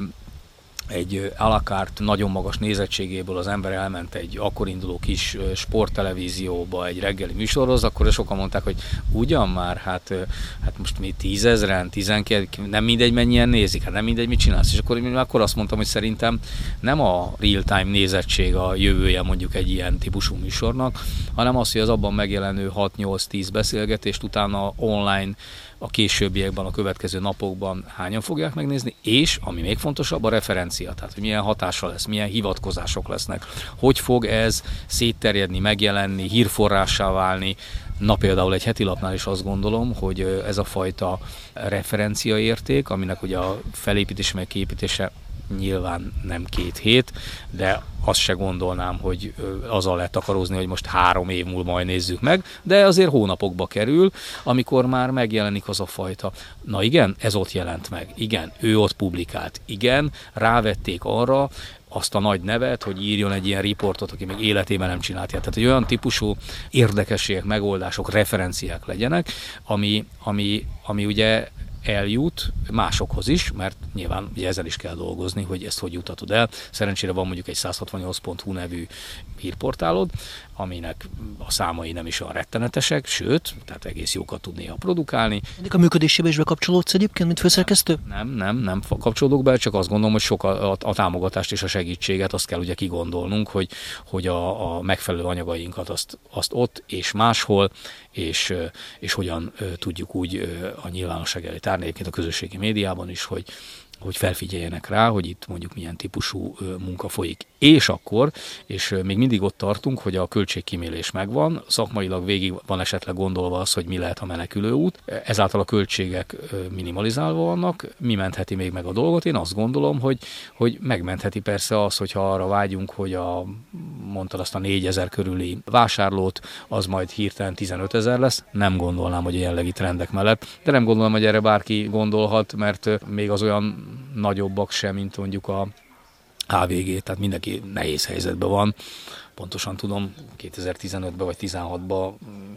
egy à la carte nagyon magas nézettségéből az ember elment egy akkor induló kis sporttelevízióba, egy reggeli műsorhoz, akkor sokan mondták, hogy ugyan már, hát most mi 10 000-en, 12, nem mindegy mennyien nézik, hát nem mindegy mit csinálsz. És akkor azt mondtam, hogy szerintem nem a real-time nézettség a jövője mondjuk egy ilyen típusú műsornak, hanem az, hogy az abban megjelenő 6-8-10 beszélgetést utána online a későbbiekben, a következő napokban hányan fogják megnézni, és ami még fontosabb, a referencia, tehát hogy milyen hatása lesz, milyen hivatkozások lesznek, hogy fog ez szétterjedni, megjelenni, hírforrássá válni. Na például egy heti lapnál is azt gondolom, hogy ez a fajta referenciaérték, aminek ugye a felépítése meg kiépítése nyilván nem 2 hét, de azt se gondolnám, hogy azzal lehet takarózni, hogy most 3 év múlva majd nézzük meg, de azért hónapokba kerül, amikor már megjelenik az a fajta. Na igen, ez ott jelent meg. Igen, ő ott publikált. Igen, rávették arra azt a nagy nevet, hogy írjon egy ilyen riportot, aki még életében nem csinált ilyet. Tehát, hogy olyan típusú érdekességek, megoldások, referenciák legyenek, ami ugye eljut másokhoz is, mert nyilván ugye ezzel is kell dolgozni, hogy ezt hogy jutatod el. Szerencsére van mondjuk egy 168.hu nevű hírportálod, aminek a számai nem is olyan rettenetesek, sőt, tehát egész jókat tud néha produkálni. Ennek a működésébe is bekapcsolódsz egyébként, mint főszerkesztő? Nem kapcsolódok be, csak azt gondolom, hogy sok a támogatást és a segítséget azt kell ugye kigondolnunk, hogy a megfelelő anyagainkat azt ott és máshol, és hogyan tudjuk úgy a nyilvánosság elé tárni, egyébként a közösségi médiában is, hogy felfigyeljenek rá, hogy itt mondjuk milyen típusú munka folyik. És még mindig ott tartunk, hogy a költségkímélés megvan, szakmailag végig van esetleg gondolva az, hogy mi lehet a menekülőút, ezáltal a költségek minimalizálva vannak, mi mentheti még meg a dolgot? Én azt gondolom, hogy megmentheti persze az, hogyha arra vágyunk, hogy mondtad azt a 4000 körüli vásárlót, az majd hirtelen 15 000 lesz, nem gondolnám, hogy a jelenlegi trendek mellett, de nem gondolom, hogy erre bárki gondolhat, mert még az olyan nagyobbak sem, mint mondjuk a HVG, tehát mindenki nehéz helyzetben van. Pontosan tudom, 2015-ben vagy 2016-ban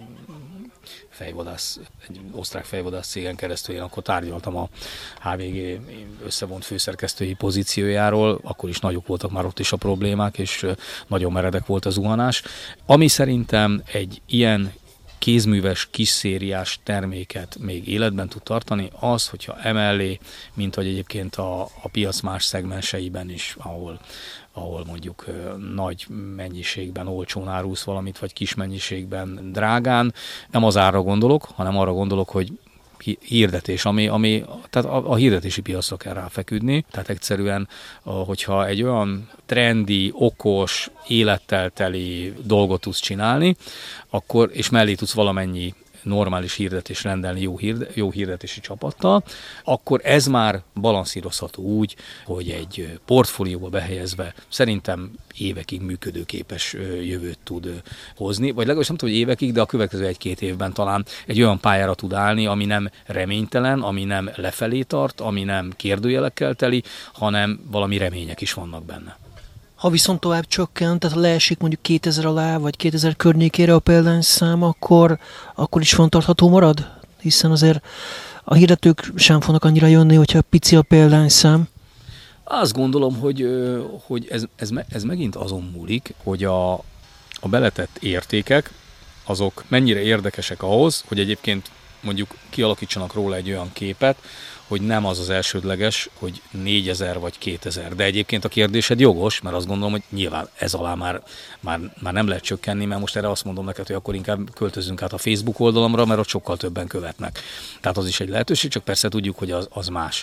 egy osztrák fejvadász cégen keresztül én akkor tárgyaltam a HVG összevont főszerkesztői pozíciójáról, akkor is nagyok voltak már ott is a problémák, és nagyon meredek volt a zuhanás. Ami szerintem egy ilyen kézműves, kisszériás terméket még életben tud tartani, az, hogyha emellé, mint hogy egyébként a piac más szegmenseiben is, ahol mondjuk nagy mennyiségben olcsón árulsz valamit, vagy kis mennyiségben drágán, nem az árra gondolok, hanem arra gondolok, hogy hirdetés, tehát a hirdetési piacra kell ráfeküdni, tehát egyszerűen, hogyha egy olyan trendi, okos, élettel teli dolgot tudsz csinálni, akkor, és mellé tudsz valamennyi normális hirdetést rendelni jó hirdetési csapattal, akkor ez már balanszírozható úgy, hogy egy portfólióba behelyezve szerintem évekig működőképes jövőt tud hozni, vagy legalábbis nem tudom, hogy évekig, de a következő 1-2 évben talán egy olyan pályára tud állni, ami nem reménytelen, ami nem lefelé tart, ami nem kérdőjelekkel teli, hanem valami remények is vannak benne. Ha viszont tovább csökkent, tehát leesik mondjuk 2000 alá, vagy 2000 környékére a példányszám, akkor is fenntartható marad? Hiszen azért a hirdetők sem fognak annyira jönni, hogyha pici a példányszám. Azt gondolom, hogy ez megint azon múlik, hogy a beletett értékek, azok mennyire érdekesek ahhoz, hogy egyébként mondjuk kialakítsanak róla egy olyan képet, hogy nem az elsődleges, hogy 4000 vagy 2000. De egyébként a kérdésed jogos, mert azt gondolom, hogy nyilván ez alá már nem lehet csökkenni, mert most erre azt mondom neked, hogy akkor inkább költözzünk át a Facebook oldalamra, mert ott sokkal többen követnek. Tehát az is egy lehetőség, csak persze tudjuk, hogy az más.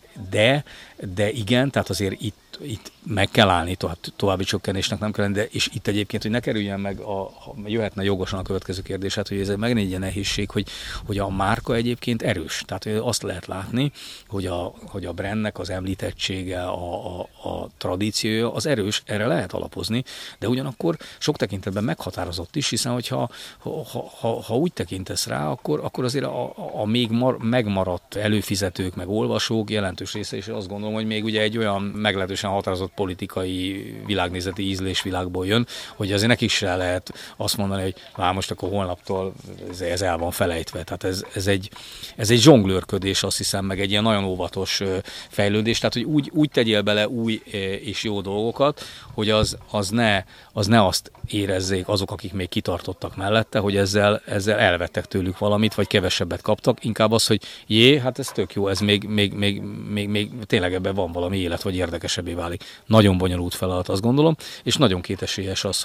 De igen, tehát azért itt meg kell állni, további csökkenésnek nem kell lenni, de és itt egyébként, hogy ne kerüljen meg, jöhetne jogosan a következő kérdés, hát, hogy ez meg egy ilyen nehézség, hogy a márka egyébként erős. Tehát azt lehet látni, hogy a brandnek az említettsége, a tradíciója az erős, erre lehet alapozni, de ugyanakkor sok tekintetben meghatározott is, hiszen hogyha ha úgy tekintesz rá, akkor azért a még megmaradt előfizetők, meg olvasók jelentős része is azt gondolom, hogy még ugye egy olyan meglehetősen határozott politikai világnézeti ízlésvilágból jön, hogy azért nekik se lehet azt mondani, hogy most akkor holnaptól ez el van felejtve. Tehát ez egy zsonglőrködés, azt hiszem, meg egy ilyen nagyon óvatos fejlődés. Tehát, hogy úgy tegyél bele új és jó dolgokat, hogy az ne azt érezzék azok, akik még kitartottak mellette, hogy ezzel elvettek tőlük valamit, vagy kevesebbet kaptak. Inkább az, hogy hát ez tök jó, ez még tényleg ebben van valami élet, vagy érdekesebbé válik. Nagyon bonyolult feladat, azt gondolom, és nagyon kétesélyes az,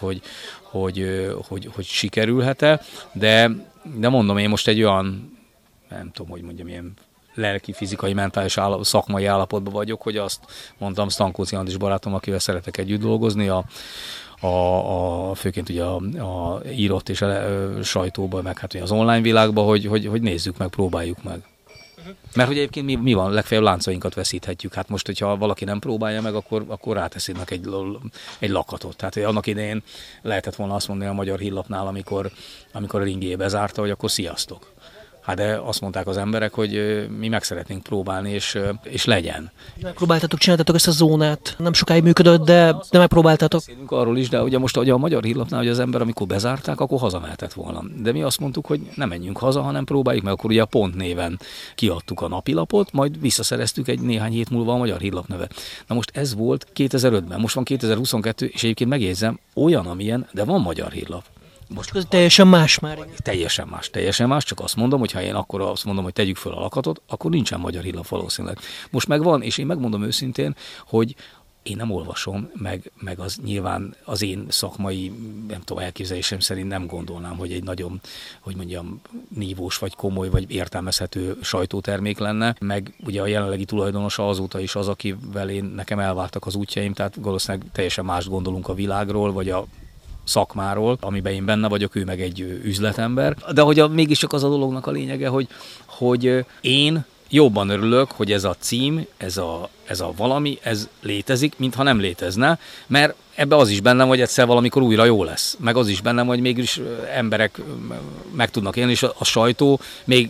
hogy sikerülhet-e, de mondom, én most egy olyan, nem tudom, hogy mondjam, ilyen lelki, fizikai, mentális szakmai állapotban vagyok, hogy azt mondtam Stankóci Andis barátom, akivel szeretek együtt dolgozni, főként ugye a írott és sajtóban, meg hát az online világban, hogy nézzük meg, próbáljuk meg. Mert hogy egyébként mi van, legfeljebb láncainkat veszíthetjük. Hát most, hogyha valaki nem próbálja meg, akkor ráteszednek egy lakatot. Tehát annak idején lehetett volna azt mondani a Magyar Hírlapnál, amikor a ringé bezárta, hogy akkor sziasztok. Hát de azt mondták az emberek, hogy mi meg szeretnénk próbálni, és legyen. Megpróbáltatok, csináltatok ezt a zónát. Nem sokáig működött, de megpróbáltatok. Beszélünk arról is, de ugye most ugye a Magyar Hírlapnál, hogy az ember, amikor bezárták, akkor hazamehetett volna. De mi azt mondtuk, hogy nem menjünk haza, hanem próbáljuk meg. Akkor ugye a Pont néven kiadtuk a napilapot, majd visszaszereztük egy néhány hét múlva a Magyar Hírlap neve. Na most ez volt 2005-ben, most van 2022, és egyébként megjegyzem, olyan, amilyen, de van Magyar Hírlap. Most ez teljesen más már. Teljesen más, csak azt mondom, hogy ha én akkor azt mondom, hogy tegyük föl a lakatot, akkor nincsen Magyar Hírlap valószínűleg. Most megvan, és én megmondom őszintén, hogy én nem olvasom, meg az nyilván az én szakmai, nem tudom, elképzelésem szerint nem gondolnám, hogy egy nagyon, hogy mondjam, nívós, vagy komoly, vagy értelmezhető sajtótermék lenne, meg ugye a jelenlegi tulajdonosa azóta is az, akivel nekem elváltak az útjaim, tehát valószínűleg teljesen mást gondolunk a világról, vagy a szakmáról, amiben én benne vagyok, ő meg egy üzletember. De hogy mégiscsak az a dolognak a lényege, hogy én jobban örülök, hogy ez a cím, ez a valami, ez létezik, mintha nem létezne, mert ebbe az is bennem, hogy egyszer valamikor újra jó lesz. Meg az is bennem, hogy mégis emberek meg tudnak élni, és a sajtó még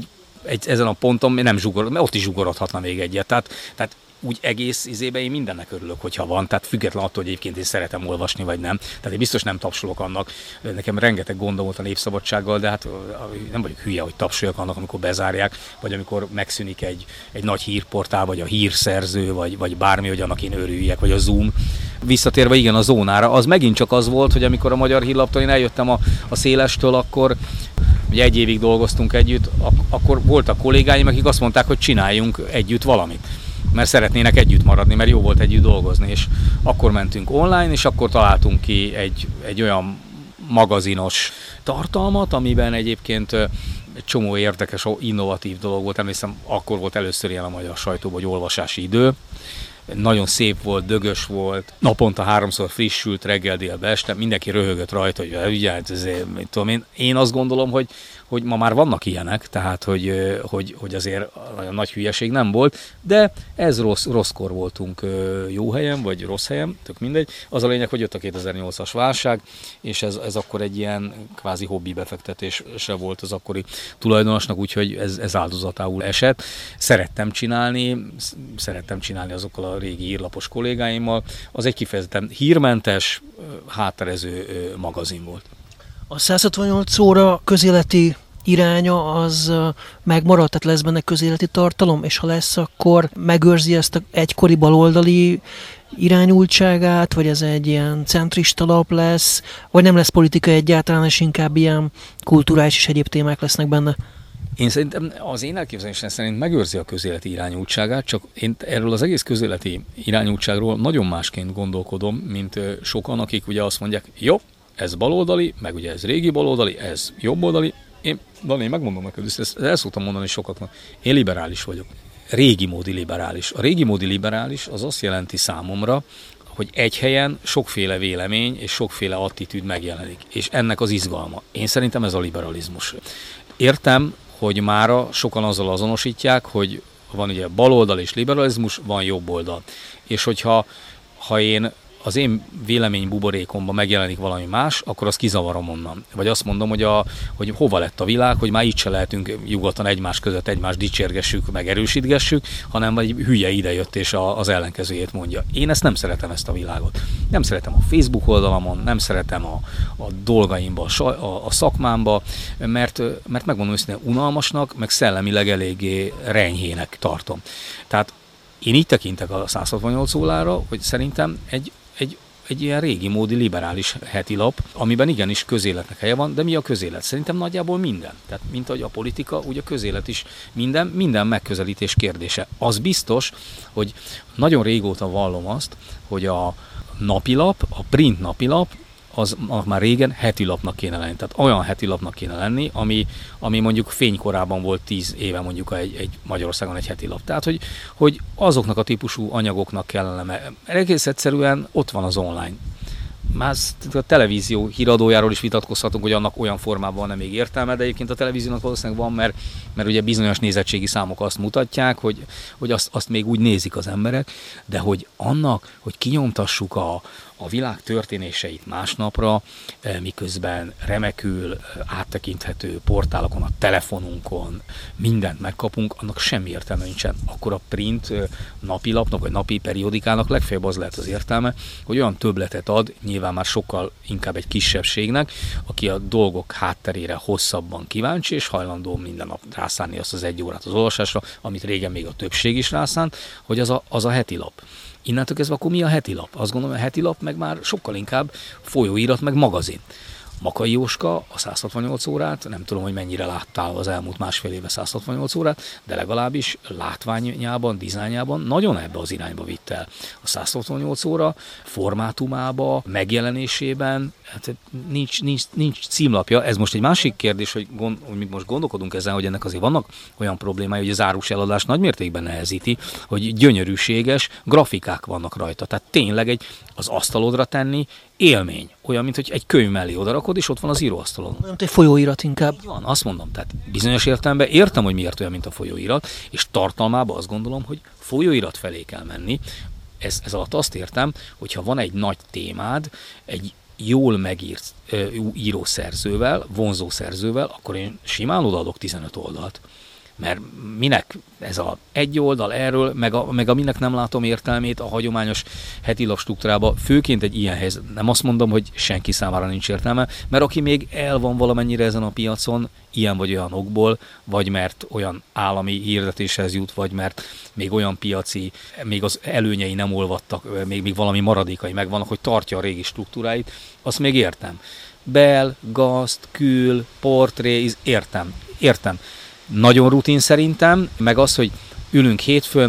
ezen a ponton nem zsugorod, mert ott is zsugorodhatna még egyet. Tehát úgy egész izében én mindennek örülök, hogyha van, tehát független attól, hogy egyébként én szeretem olvasni, vagy nem. Tehát én biztos nem tapsolok annak. Nekem rengeteg gondom volt a Népszabadsággal, de hát nem vagyok hülye, hogy tapsoljak annak, amikor bezárják, vagy amikor megszűnik egy nagy hírportál, vagy a hírszerző, vagy bármi, hogy annak én örüljek, vagy a Zoom. Visszatérve igen a zónára, az megint csak az volt, hogy amikor a Magyar Hírlaptól én eljöttem a Szélestől, akkor ugye 1 évig dolgoztunk együtt, akkor voltak kollégáim, akik azt mondták, hogy csináljunk együtt valamit. Mert szeretnének együtt maradni, mert jó volt együtt dolgozni, és akkor mentünk online, és akkor találtunk ki egy olyan magazinos tartalmat, amiben egyébként egy csomó érdekes, innovatív dolog volt. Emlékszem, akkor volt először ilyen a magyar sajtóban, hogy olvasási idő. Nagyon szép volt, dögös volt, naponta 3-szor frissült, reggel, délbe, este, mindenki röhögött rajta, hogy ugye, én azt gondolom, hogy ma már vannak ilyenek, tehát hogy azért olyan nagy hülyeség nem volt, de ez rosszkor voltunk jó helyen, vagy rossz helyen, tök mindegy. Az a lényeg, hogy jött a 2008-as válság, és ez akkor egy ilyen kvázi hobbi befektetésre volt az akkori tulajdonosnak, úgyhogy ez áldozatául esett. Szerettem csinálni azokkal a régi írlapos kollégáimmal. Az egy kifejezetten hírmentes, hátterező magazin volt. A 168 óra közéleti iránya az megmaradt, tehát lesz benne közéleti tartalom, és ha lesz, akkor megőrzi ezt a egykori baloldali irányultságát, vagy ez egy ilyen centrista lap lesz, vagy nem lesz politika egyáltalán, és inkább ilyen kulturális és egyéb témák lesznek benne? Én szerintem az én elképzelésem szerint megőrzi a közéleti irányultságát, csak én erről az egész közéleti irányultságról nagyon másként gondolkodom, mint sokan, akik ugye azt mondják, jó, ez baloldali, meg ugye ez régi baloldali, ez jobboldali. Én megmondom neked, ezt el szoktam mondani sokaknak, én liberális vagyok. Régi módi liberális. A régi módi liberális az azt jelenti számomra, hogy egy helyen sokféle vélemény és sokféle attitűd megjelenik. És ennek az izgalma. Én szerintem ez a liberalizmus. Értem, hogy mára sokan azzal azonosítják, hogy van ugye baloldal és liberalizmus, van jobb oldal. És hogyha én az én véleménybuborékomban megjelenik valami más, akkor azt kizavarom onnan. Vagy azt mondom, hogy hova lett a világ, hogy már így se lehetünk nyugodtan egymás között egymást dicsérgessük, meg erősítgessük, hanem egy hülye idejött és az ellenkezőjét mondja. Én ezt nem szeretem, ezt a világot. Nem szeretem a Facebook oldalamon, nem szeretem a dolgaimba, a szakmámba, mert megmondom őszintén unalmasnak, meg szellemileg eléggé renyhének tartom. Tehát én így tekintek a 168 órára, hogy szerintem egy ilyen régi módi liberális hetilap, amiben igenis közéletnek helye van, de mi a közélet? Szerintem nagyjából minden. Tehát mint ahogy a politika, úgy a közélet is minden megközelítés kérdése. Az biztos, hogy nagyon régóta vallom azt, hogy a napilap, a print napilap, az már régen hetilapnak kéne lenni. Tehát olyan hetilapnak kéne lenni, ami mondjuk fénykorában volt 10 éve mondjuk egy Magyarországon egy hetilap. Tehát, hogy azoknak a típusú anyagoknak kellene, egész egyszerűen ott van az online. Már a televízió híradójáról is vitatkozhatunk, hogy annak olyan formában van-e még értelme, de egyébként a televíziónak valószínűleg van, mert ugye bizonyos nézettségi számok azt mutatják, hogy azt még úgy nézik az emberek, de hogy annak, hogy kinyomtassuk a világ történéseit másnapra, miközben remekül áttekinthető portálokon, a telefonunkon mindent megkapunk, annak semmi értelme nincsen. Akkor a print napilapnak, vagy napi periódikának legfeljebb az lehet az értelme, hogy olyan többletet ad, nyilván már sokkal inkább egy kisebbségnek, aki a dolgok hátterére hosszabban kíváncsi, és hajlandó minden nap rászánni azt az 1 órát az olvasásra, amit régen még a többség is rászánt, hogy az a hetilap. Innentől kezdve akkor mi a hetilap? Azt gondolom, hogy a hetilap meg már sokkal inkább folyóirat, meg magazin. Makai Jóska a 168 órát, nem tudom, hogy mennyire láttál az elmúlt másfél éve 168 órát, de legalábbis látványában, dizájnjában nagyon ebbe az irányba vitt el. A 168 óra formátumába, megjelenésében, hát nincs címlapja. Ez most egy másik kérdés, hogy most gondolkodunk ezen, hogy ennek azért vannak olyan problémái, hogy az árus eladás nagymértékben nehezíti, hogy gyönyörűséges grafikák vannak rajta. Tehát tényleg az asztalodra tenni élmény. Olyan, mint hogy egy könyv mellé odarakod, és ott van az íróasztalon. Olyan, mint egy folyóirat inkább. Így van, azt mondom. Tehát bizonyos értelemben értem, hogy miért olyan, mint a folyóirat, és tartalmában azt gondolom, hogy folyóirat felé kell menni. Ez alatt azt értem, hogyha van egy nagy témád, egy jól megírt írószerzővel, vonzó szerzővel, akkor én simán odaadok 15 oldalt. Mert minek ez a egy oldal erről, meg a minek nem látom értelmét a hagyományos hetilap struktúrába, főként egy ilyen helyzet. Nem azt mondom, hogy senki számára nincs értelme, mert aki még el van valamennyire ezen a piacon, ilyen vagy olyan okból, vagy mert olyan állami hirdetéshez jut, vagy mert még olyan piaci, még az előnyei nem olvadtak, még valami maradékai megvannak, hogy tartja a régi struktúráit, azt még értem. Bel, gaszt, kül, portré, értem. Nagyon rutin szerintem, meg az, hogy ülünk hétfőn,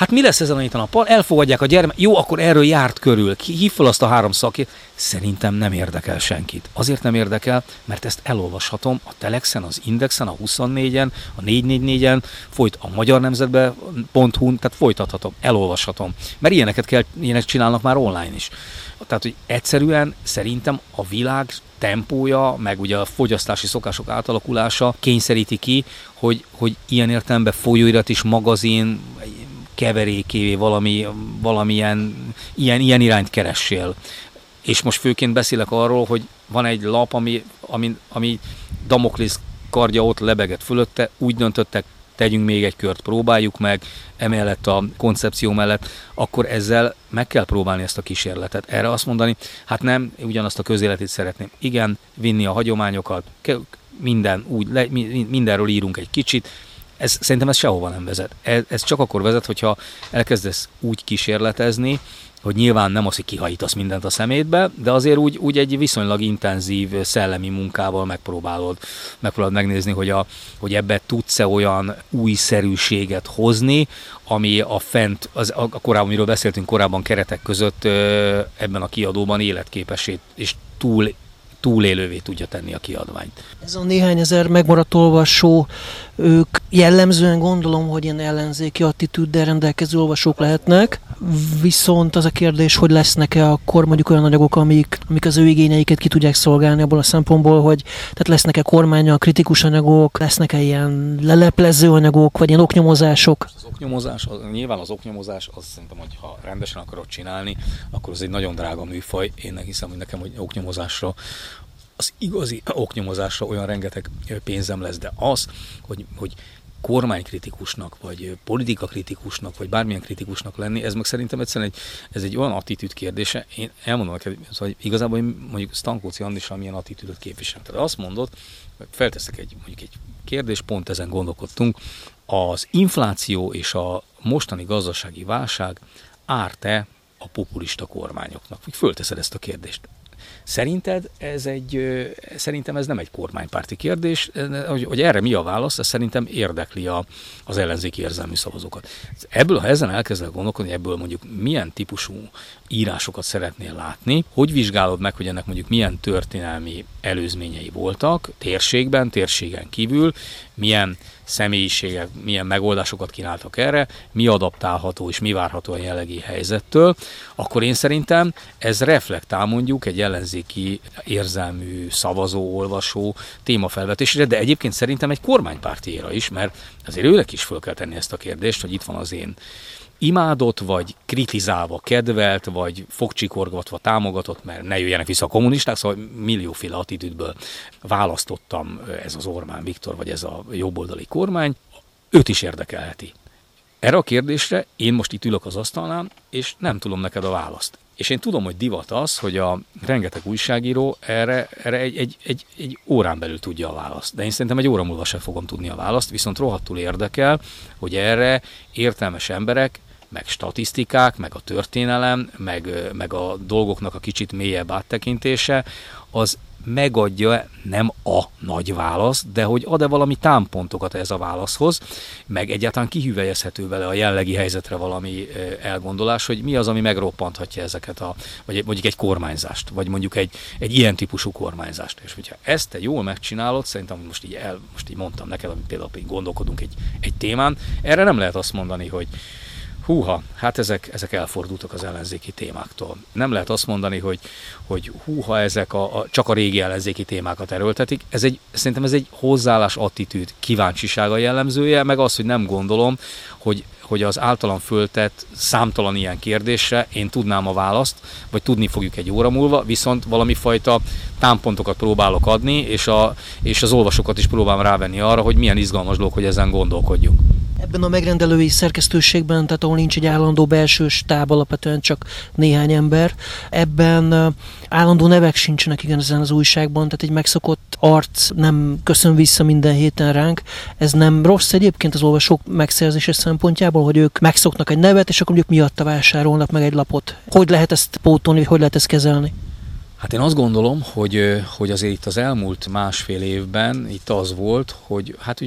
Hát mi lesz ezen a nappal? Elfogadják a gyermek, jó, akkor erről járt körül, hív fel azt a 3 szakért. Szerintem nem érdekel senkit. Azért nem érdekel, mert ezt elolvashatom a Telexen, az Indexen, a 24-en, a 444-en, a magyarnemzetben.hu-n, tehát folytathatom, elolvashatom. Mert ilyenek csinálnak már online is. Tehát, hogy egyszerűen szerintem a világ tempója, meg ugye a fogyasztási szokások átalakulása kényszeríti ki, hogy ilyen értelemben folyóirat is, magazin, keverékévé valamilyen ilyen irányt keressél. És most főként beszélek arról, hogy van egy lap, ami Damoklész kardja ott lebegett fölötte, úgy döntöttek, tegyünk még egy kört, próbáljuk meg, emellett a koncepció mellett, akkor ezzel meg kell próbálni ezt a kísérletet. Erre azt mondani, hát nem, ugyanazt a közéletet szeretném. Igen, vinni a hagyományokat, mindenről írunk egy kicsit, szerintem ez sehova nem vezet. Ez csak akkor vezet, hogyha elkezdesz úgy kísérletezni, hogy nyilván nem az, hogy kihajítasz mindent a szemétbe, de azért úgy egy viszonylag intenzív szellemi munkával megpróbálod megnézni, hogy ebbe tudsz-e olyan újszerűséget hozni, ami a fent, korábban, amiről beszéltünk korábban keretek között ebben a kiadóban életképessé és túlélővé tudja tenni a kiadványt. Ez a néhány ezer megmaradt olvasó, ők jellemzően gondolom, hogy ilyen ellenzéki attitűddel rendelkező olvasók lehetnek, viszont az a kérdés, hogy lesznek-e akkor mondjuk olyan anyagok, amik az ő igényeiket ki tudják szolgálni abból a szempontból, hogy tehát lesznek-e kormánnyal kritikus anyagok, lesznek-e ilyen leleplező anyagok, vagy ilyen oknyomozások? Nyilván az oknyomozás, az szerintem, hogy ha rendesen akarod csinálni, akkor az egy nagyon drága műfaj. Én nem hiszem, hogy nekem, hogy oknyomozásra, az igazi oknyomozásra olyan rengeteg pénzem lesz, de az, hogy kormánykritikusnak, vagy politikakritikusnak, vagy bármilyen kritikusnak lenni, ez meg szerintem egyszerűen ez egy olyan attitűd kérdése. Én elmondom neked, hogy igazából mondjuk Stankóczy Andissal milyen attitűdöt képvisel. Tehát azt mondod, felteszek egy kérdést, pont ezen gondolkodtunk, az infláció és a mostani gazdasági válság árt-e a populista kormányoknak? Fölteszed ezt a kérdést. Szerinted szerintem ez nem egy kormánypárti kérdés, hogy erre mi a válasz, ez szerintem érdekli az ellenzéki érzelmű szavazókat. Ha ezen elkezdek gondolkodni, ebből mondjuk milyen típusú írásokat szeretnél látni, hogy vizsgálod meg, hogy ennek mondjuk milyen történelmi előzményei voltak, térségen kívül, milyen személyiségek, milyen megoldásokat kínáltak erre, mi adaptálható és mi várható a jelenlegi helyzettől, akkor én szerintem ez reflektál mondjuk egy ellenzéki érzelmű szavazó, olvasó témafelvetésére, de egyébként szerintem egy kormánypártiéra is, mert azért őnek is föl kell tenni ezt a kérdést, hogy itt van az én imádott, vagy kritizálva kedvelt, vagy fogcsikorgatva támogatott, mert ne jöjjenek vissza a kommunisták, szóval millióféle attitűdből választottam ez az Orbán Viktor, vagy ez a jobboldali kormány, őt is érdekelheti. Erre a kérdésre én most itt ülök az asztalnál, és nem tudom neked a választ. És én tudom, hogy divat az, hogy a rengeteg újságíró erre egy órán belül tudja a választ. De én szerintem egy óra múlva sem fogom tudni a választ, viszont rohadtul érdekel, hogy erre értelmes emberek, meg statisztikák, meg a történelem, meg a dolgoknak a kicsit mélyebb áttekintése, az megadja nem a nagy választ, de hogy ad-e valami támpontokat ez a válaszhoz, meg egyáltalán kihüvelyezhető vele a jelenlegi helyzetre valami elgondolás, hogy mi az, ami megroppanthatja ezeket vagy mondjuk egy kormányzást, vagy mondjuk egy ilyen típusú kormányzást. És hogyha ezt te jól megcsinálod, szerintem most így mondtam neked, amit például gondolkodunk egy témán, erre nem lehet azt mondani, hogy húha, hát ezek elfordultak az ellenzéki témáktól. Nem lehet azt mondani, hogy húha, ezek csak a régi ellenzéki témákat erőltetik. Szerintem ez egy hozzáállás, attitűd, kíváncsisága jellemzője, meg az, hogy nem gondolom, hogy az általam föltett számtalan ilyen kérdésre én tudnám a választ, vagy tudni fogjuk egy óra múlva, viszont valami fajta támpontokat próbálok adni, és az olvasókat is próbálom rávenni arra, hogy milyen izgalmas dolog, hogy ezen gondolkodjunk. Ebben a megrendelői szerkesztőségben, tehát ahol nincs egy állandó belső stáb, alapvetően csak néhány ember, ebben állandó nevek sincsenek ezen az újságban, tehát egy megszokott arc nem köszön vissza minden héten ránk. Ez nem rossz egyébként az olvasók megszerzése szempontjából, hogy ők megszoknak egy nevet, és akkor mondjuk miatta vásárolnak meg egy lapot. Hogy lehet ezt pótolni, hogy lehet ezt kezelni? Hát én azt gondolom, hogy azért itt az elmúlt másfél évben itt az volt, hogy hát ugye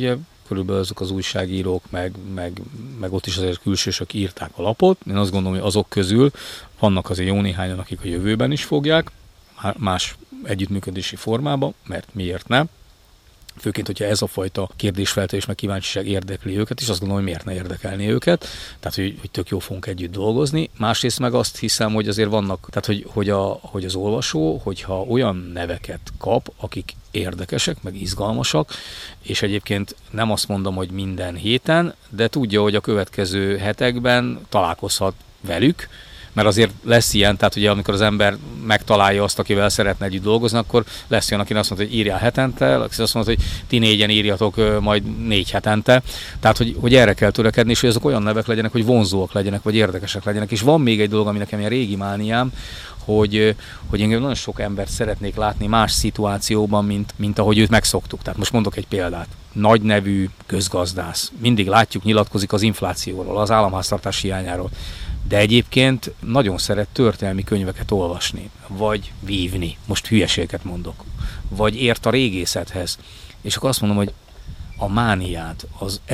körülbelül azok az újságírók, meg ott is azért külsősök írták a lapot. Én azt gondolom, hogy azok közül vannak azért jó néhányan, akik a jövőben is fogják, más együttműködési formában, mert miért nem. Főként, hogyha ez a fajta kérdésfeltevés meg kíváncsiság érdekli őket, és azt gondolom, hogy miért ne érdekelni őket. Tehát, hogy tök jó fogunk együtt dolgozni. Másrészt meg azt hiszem, hogy azért vannak, tehát, hogy az olvasó, hogyha olyan neveket kap, akik érdekesek, meg izgalmasak, és egyébként nem azt mondom, hogy minden héten, de tudja, hogy a következő hetekben találkozhat velük, mert azért lesz ilyen, tehát ugye amikor az ember megtalálja azt, akivel szeretne együtt dolgozni, akkor lesz olyan, aki azt mondja, hogy írjál hetente, aki azt mondja, hogy ti 4-en írjatok majd 4 hetente. Tehát, hogy erre kell törekedni, és hogy azok olyan nevek legyenek, hogy vonzóak legyenek, vagy érdekesek legyenek. És van még egy dolog, ami nekem ilyen régi mániám, hogy engem nagyon sok embert szeretnék látni más szituációban, mint ahogy őt megszoktuk. Tehát most mondok egy példát. Nagy nevű közgazdász. Mindig látjuk, nyilatkozik az inflációról, az államháztartás hiányáról. De egyébként nagyon szeret történelmi könyveket olvasni, vagy vívni, most hülyeséget mondok, vagy ért a régészethez. És akkor azt mondom, hogy a mániát,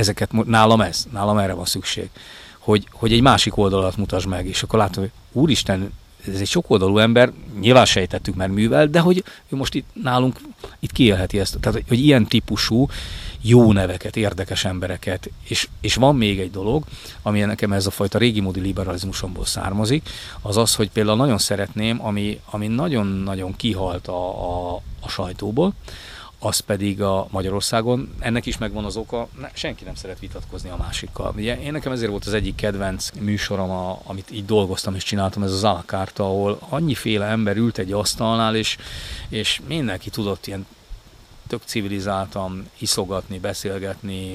nálam erre van szükség, hogy egy másik oldalat mutasd meg, és akkor látom, hogy úristen, ez egy sokoldalú ember, nyilván sejtettük, mert művel, de hogy ő most itt nálunk itt kiélheti ezt. Tehát, hogy ilyen típusú jó neveket, érdekes embereket, és van még egy dolog, ami nekem ez a fajta régi módi liberalizmusomból származik, az, hogy például nagyon szeretném, ami nagyon-nagyon kihalt a sajtóból, az pedig a Magyarországon, ennek is megvan az oka, senki nem szeret vitatkozni a másikkal. Ugye, én nekem ezért volt az egyik kedvenc műsorom, amit így dolgoztam és csináltam, ez az à la carte, ahol annyiféle ember ült egy asztalnál, és mindenki tudott ilyen tök civilizáltan iszogatni, beszélgetni,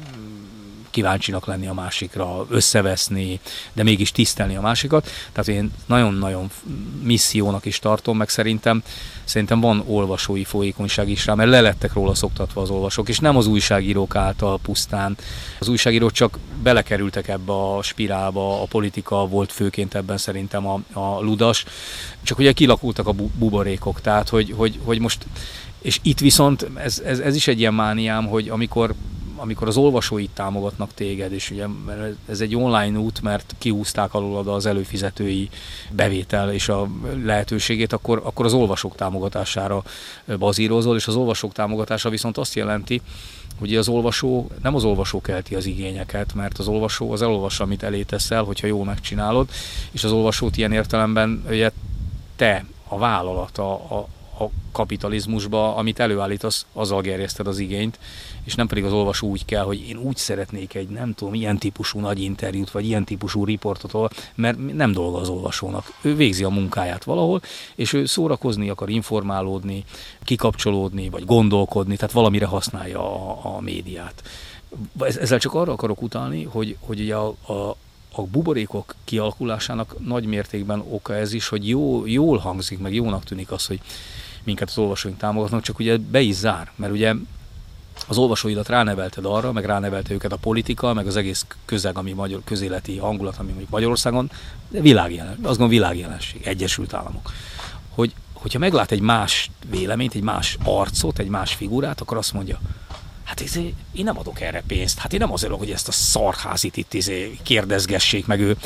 kíváncsinak lenni a másikra, összeveszni, de mégis tisztelni a másikat. Tehát én nagyon-nagyon missziónak is tartom, meg szerintem van olvasói folyékonyság is rá, mert lelettek róla szoktatva az olvasók, és nem az újságírók által pusztán. Az újságírók csak belekerültek ebbe a spirálba, a politika volt főként ebben szerintem a ludas, csak ugye kilakultak a buborékok, tehát hogy most, és itt viszont ez is egy ilyen mániám, hogy amikor az olvasóit támogatnak téged, és ugye ez egy online út, mert kihúzták alólad az előfizetői bevétel és a lehetőségét, akkor az olvasók támogatására bazírozol, és az olvasók támogatása viszont azt jelenti, hogy nem az olvasó kelti az igényeket, mert az olvasó az elolvassa, amit elé teszel, hogyha jól megcsinálod, és az olvasót ilyen értelemben ugye te, a vállalat, a kapitalizmusba, amit előállítasz, azzal gerjeszted az igényt, és nem pedig az olvasó úgy kell, hogy én úgy szeretnék egy, nem tudom, ilyen típusú nagy interjút, vagy ilyen típusú riportot, mert nem dolga az olvasónak. Ő végzi a munkáját valahol, és ő szórakozni akar, informálódni, kikapcsolódni, vagy gondolkodni, tehát valamire használja a médiát. Ezzel csak arra akarok utalni, hogy ugye a buborékok kialakulásának nagy mértékben oka ez is, hogy jól hangzik, meg jónak tűnik az, hogy minket az olvasóink támogatnak, csak ugye be is zár, mert ugye az olvasóidat ránevelted arra, meg ránevelte őket a politika, meg az egész közeg, ami közéleti hangulat, ami mondjuk Magyarországon, de világjelenség, azt gondolom világjelenség, Egyesült Államok. Hogyha meglát egy más véleményt, egy más arcot, egy más figurát, akkor azt mondja, hát én nem adok erre pénzt, hát én nem azért, hogy ezt a szarházit itt kérdezgessék meg ő.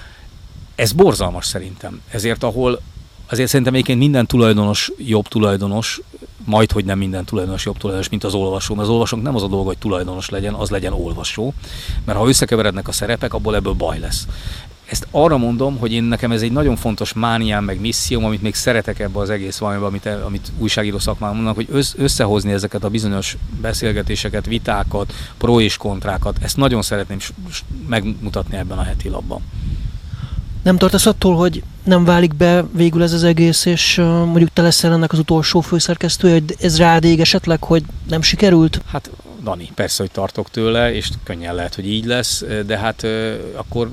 Ez borzalmas szerintem. Azért szerintem egyébként minden tulajdonos jobb tulajdonos, majdhogy nem minden tulajdonos jobb tulajdonos, mint az olvasó. Mert az olvasónak nem az a dolga, hogy tulajdonos legyen, az legyen olvasó. Mert ha összekeverednek a szerepek, ebből baj lesz. Ezt arra mondom, hogy nekem ez egy nagyon fontos mániám, meg misszióm, amit még szeretek ebbe az egész valamiben, amit újságíró szakmán mondanak, hogy összehozni ezeket a bizonyos beszélgetéseket, vitákat, pro és kontrákat. Ezt nagyon szeretném megmutatni ebben a heti labban. Nem tartasz attól, hogy nem válik be végül ez az egész, és mondjuk te leszel ennek az utolsó főszerkesztője, hogy ez rád ég esetleg, hogy nem sikerült? Hát Dani, persze, hogy tartok tőle, és könnyen lehet, hogy így lesz, de hát akkor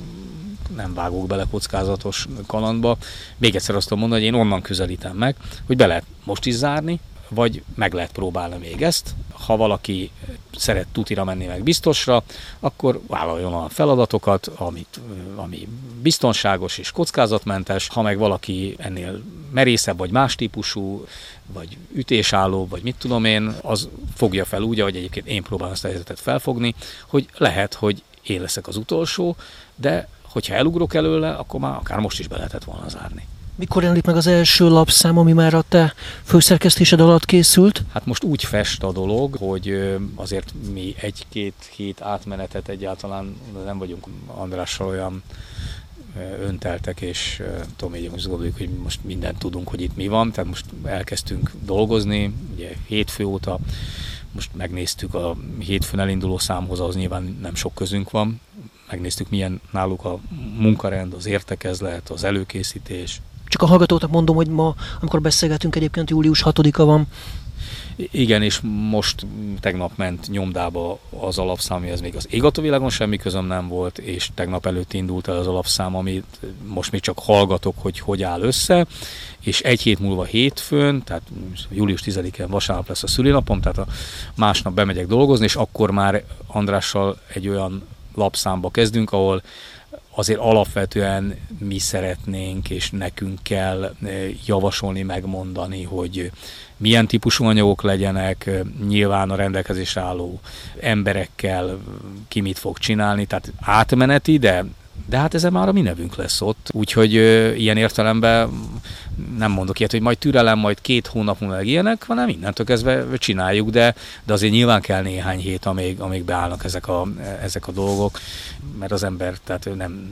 nem vágok bele kockázatos kalandba. Még egyszer azt tudom mondani, hogy én onnan közelítem meg, hogy be lehet most is zárni, vagy meg lehet próbálni még ezt. Ha valaki szeret tutira menni meg biztosra, akkor vállaljon a feladatokat, ami biztonságos és kockázatmentes. Ha meg valaki ennél merészebb, vagy más típusú, vagy ütésálló, vagy mit tudom én, az fogja fel úgy, ahogy egyébként én próbálom ezt a helyzetet felfogni, hogy lehet, hogy én leszek az utolsó, de hogyha elugrok előle, akkor már akár most is be lehetett volna zárni. Mikor jelenik meg az első lapszám, ami már a te főszerkesztésed alatt készült? Hát most úgy fest a dolog, hogy azért mi 1-2 hét átmenetet egyáltalán nem vagyunk Andrással olyan önteltek, és tudom, így most gondoljuk, hogy most mindent tudunk, hogy itt mi van, tehát most elkezdtünk dolgozni, ugye hétfő óta, most megnéztük a hétfőn elinduló számhoz, az nyilván nem sok közünk van, megnéztük, milyen náluk a munkarend, az értekezlet, az előkészítés. Csak a hallgatóknak mondom, hogy ma, amikor beszélgetünk, egyébként július 6-a van. Igen, és most tegnap ment nyomdába az alapszám, amihez még az ég a világon semmi közöm nem volt, és tegnap előtt indult el az alapszám, amit most még csak hallgatok, hogy áll össze, és 1 hét múlva hétfőn, tehát július 10-én vasárnap lesz a szülinapom, tehát a másnap bemegyek dolgozni, és akkor már Andrással egy olyan lapszámba kezdünk, ahol azért alapvetően mi szeretnénk, és nekünk kell javasolni, megmondani, hogy milyen típusú anyagok legyenek, nyilván a rendelkezésre álló emberekkel ki mit fog csinálni, tehát átmeneti, de hát ezen már a mi nevünk lesz ott. Úgyhogy ilyen értelemben nem mondok ilyet, hogy majd türelem, majd 2 hónap múlva ilyenek, hanem innentől kezdve csináljuk, de azért nyilván kell néhány hét, amíg beállnak ezek a dolgok, mert az ember tehát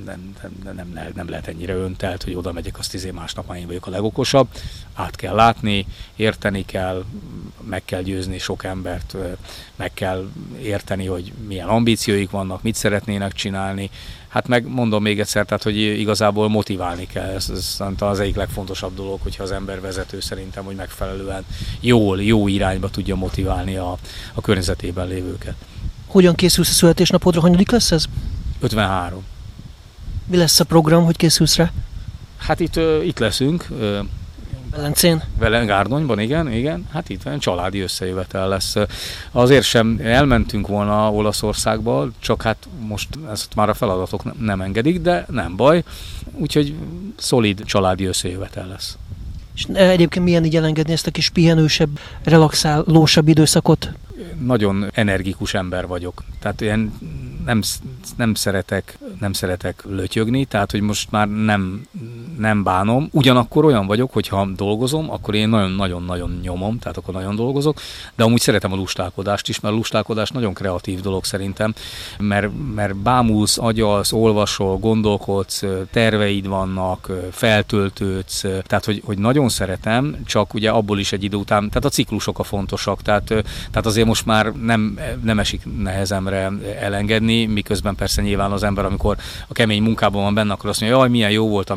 nem lehet ennyire öntelt, hogy oda megyek, azt másnap már én vagyok a legokosabb. Át kell látni, érteni kell, meg kell győzni sok embert, meg kell érteni, hogy milyen ambícióik vannak, mit szeretnének csinálni. Hát meg mondom még egyszer, tehát, hogy igazából motiválni kell. Ez az egyik legfontosabb dolog, hogyha az ember vezető szerintem, hogy megfelelően jó irányba tudja motiválni a környezetében lévőket. Hogyan készülsz a születésnapodra? Hanyadik lesz ez? 53. Mi lesz a program, hogy készülsz rá? Hát itt leszünk. Velencén? Gárdonyban, igen. Hát itt van, családi összejövetel lesz. Azért sem elmentünk volna Olaszországba, csak hát most ezt már a feladatok nem engedik, de nem baj. Úgyhogy szolid családi összejövetel lesz. És egyébként milyen így elengedni ezt a kis pihenősebb, relaxálósabb időszakot? Nagyon energikus ember vagyok. Tehát ilyen nem szeretek lötyögni, tehát hogy most már nem bánom. Ugyanakkor olyan vagyok, hogy ha dolgozom, akkor én nagyon-nagyon nyomom, tehát akkor nagyon dolgozok, de amúgy szeretem a lustálkodást is, mert a lustálkodás nagyon kreatív dolog szerintem, mert bámulsz, agyalsz, olvasol, gondolkodsz, terveid vannak, feltöltődsz, tehát hogy nagyon szeretem, csak ugye abból is egy idő után, tehát a ciklusok a fontosak, tehát azért most már nem esik nehezemre elengedni, miközben persze nyilván az ember, amikor a kemény munkában van benne, akkor azt mondja, jaj, milyen jó volt,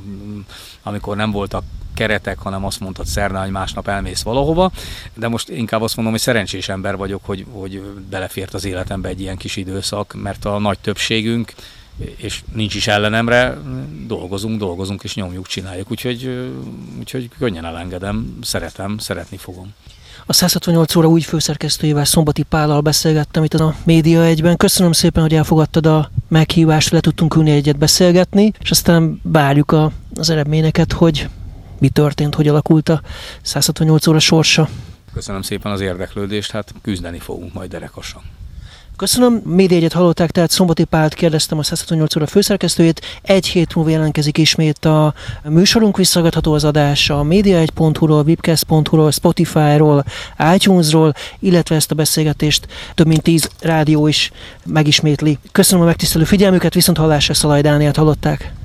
amikor nem voltak keretek, hanem azt mondtad szerdán, hogy másnap elmész valahova, de most inkább azt mondom, hogy szerencsés ember vagyok, hogy belefért az életembe egy ilyen kis időszak, mert a nagy többségünk, és nincs is ellenemre, dolgozunk és nyomjuk, csináljuk, úgyhogy könnyen elengedem, szeretni fogom. A 168 óra új főszerkesztőjével, Szombati Pállal beszélgettem itt a Média 1-ben. Köszönöm szépen, hogy elfogadtad a meghívást, le tudtunk ülni egyet beszélgetni, és aztán várjuk az eredményeket, hogy mi történt, hogy alakult a 168 óra sorsa. Köszönöm szépen az érdeklődést, hát küzdeni fogunk majd derekasan. Köszönöm, Média 1-et hallották, tehát Szombati Pált kérdeztem, a 168 óra főszerkesztőjét. 1 hét múlva jelentkezik ismét a műsorunk, visszahallgatható az adás a media1.hu-ról, webcast.hu-ról, Spotify-ról, iTunes-ról, illetve ezt a beszélgetést több mint 10 rádió is megismétli. Köszönöm a megtisztelő figyelmüket, viszont hallásra, Szalai Dánielt hallották.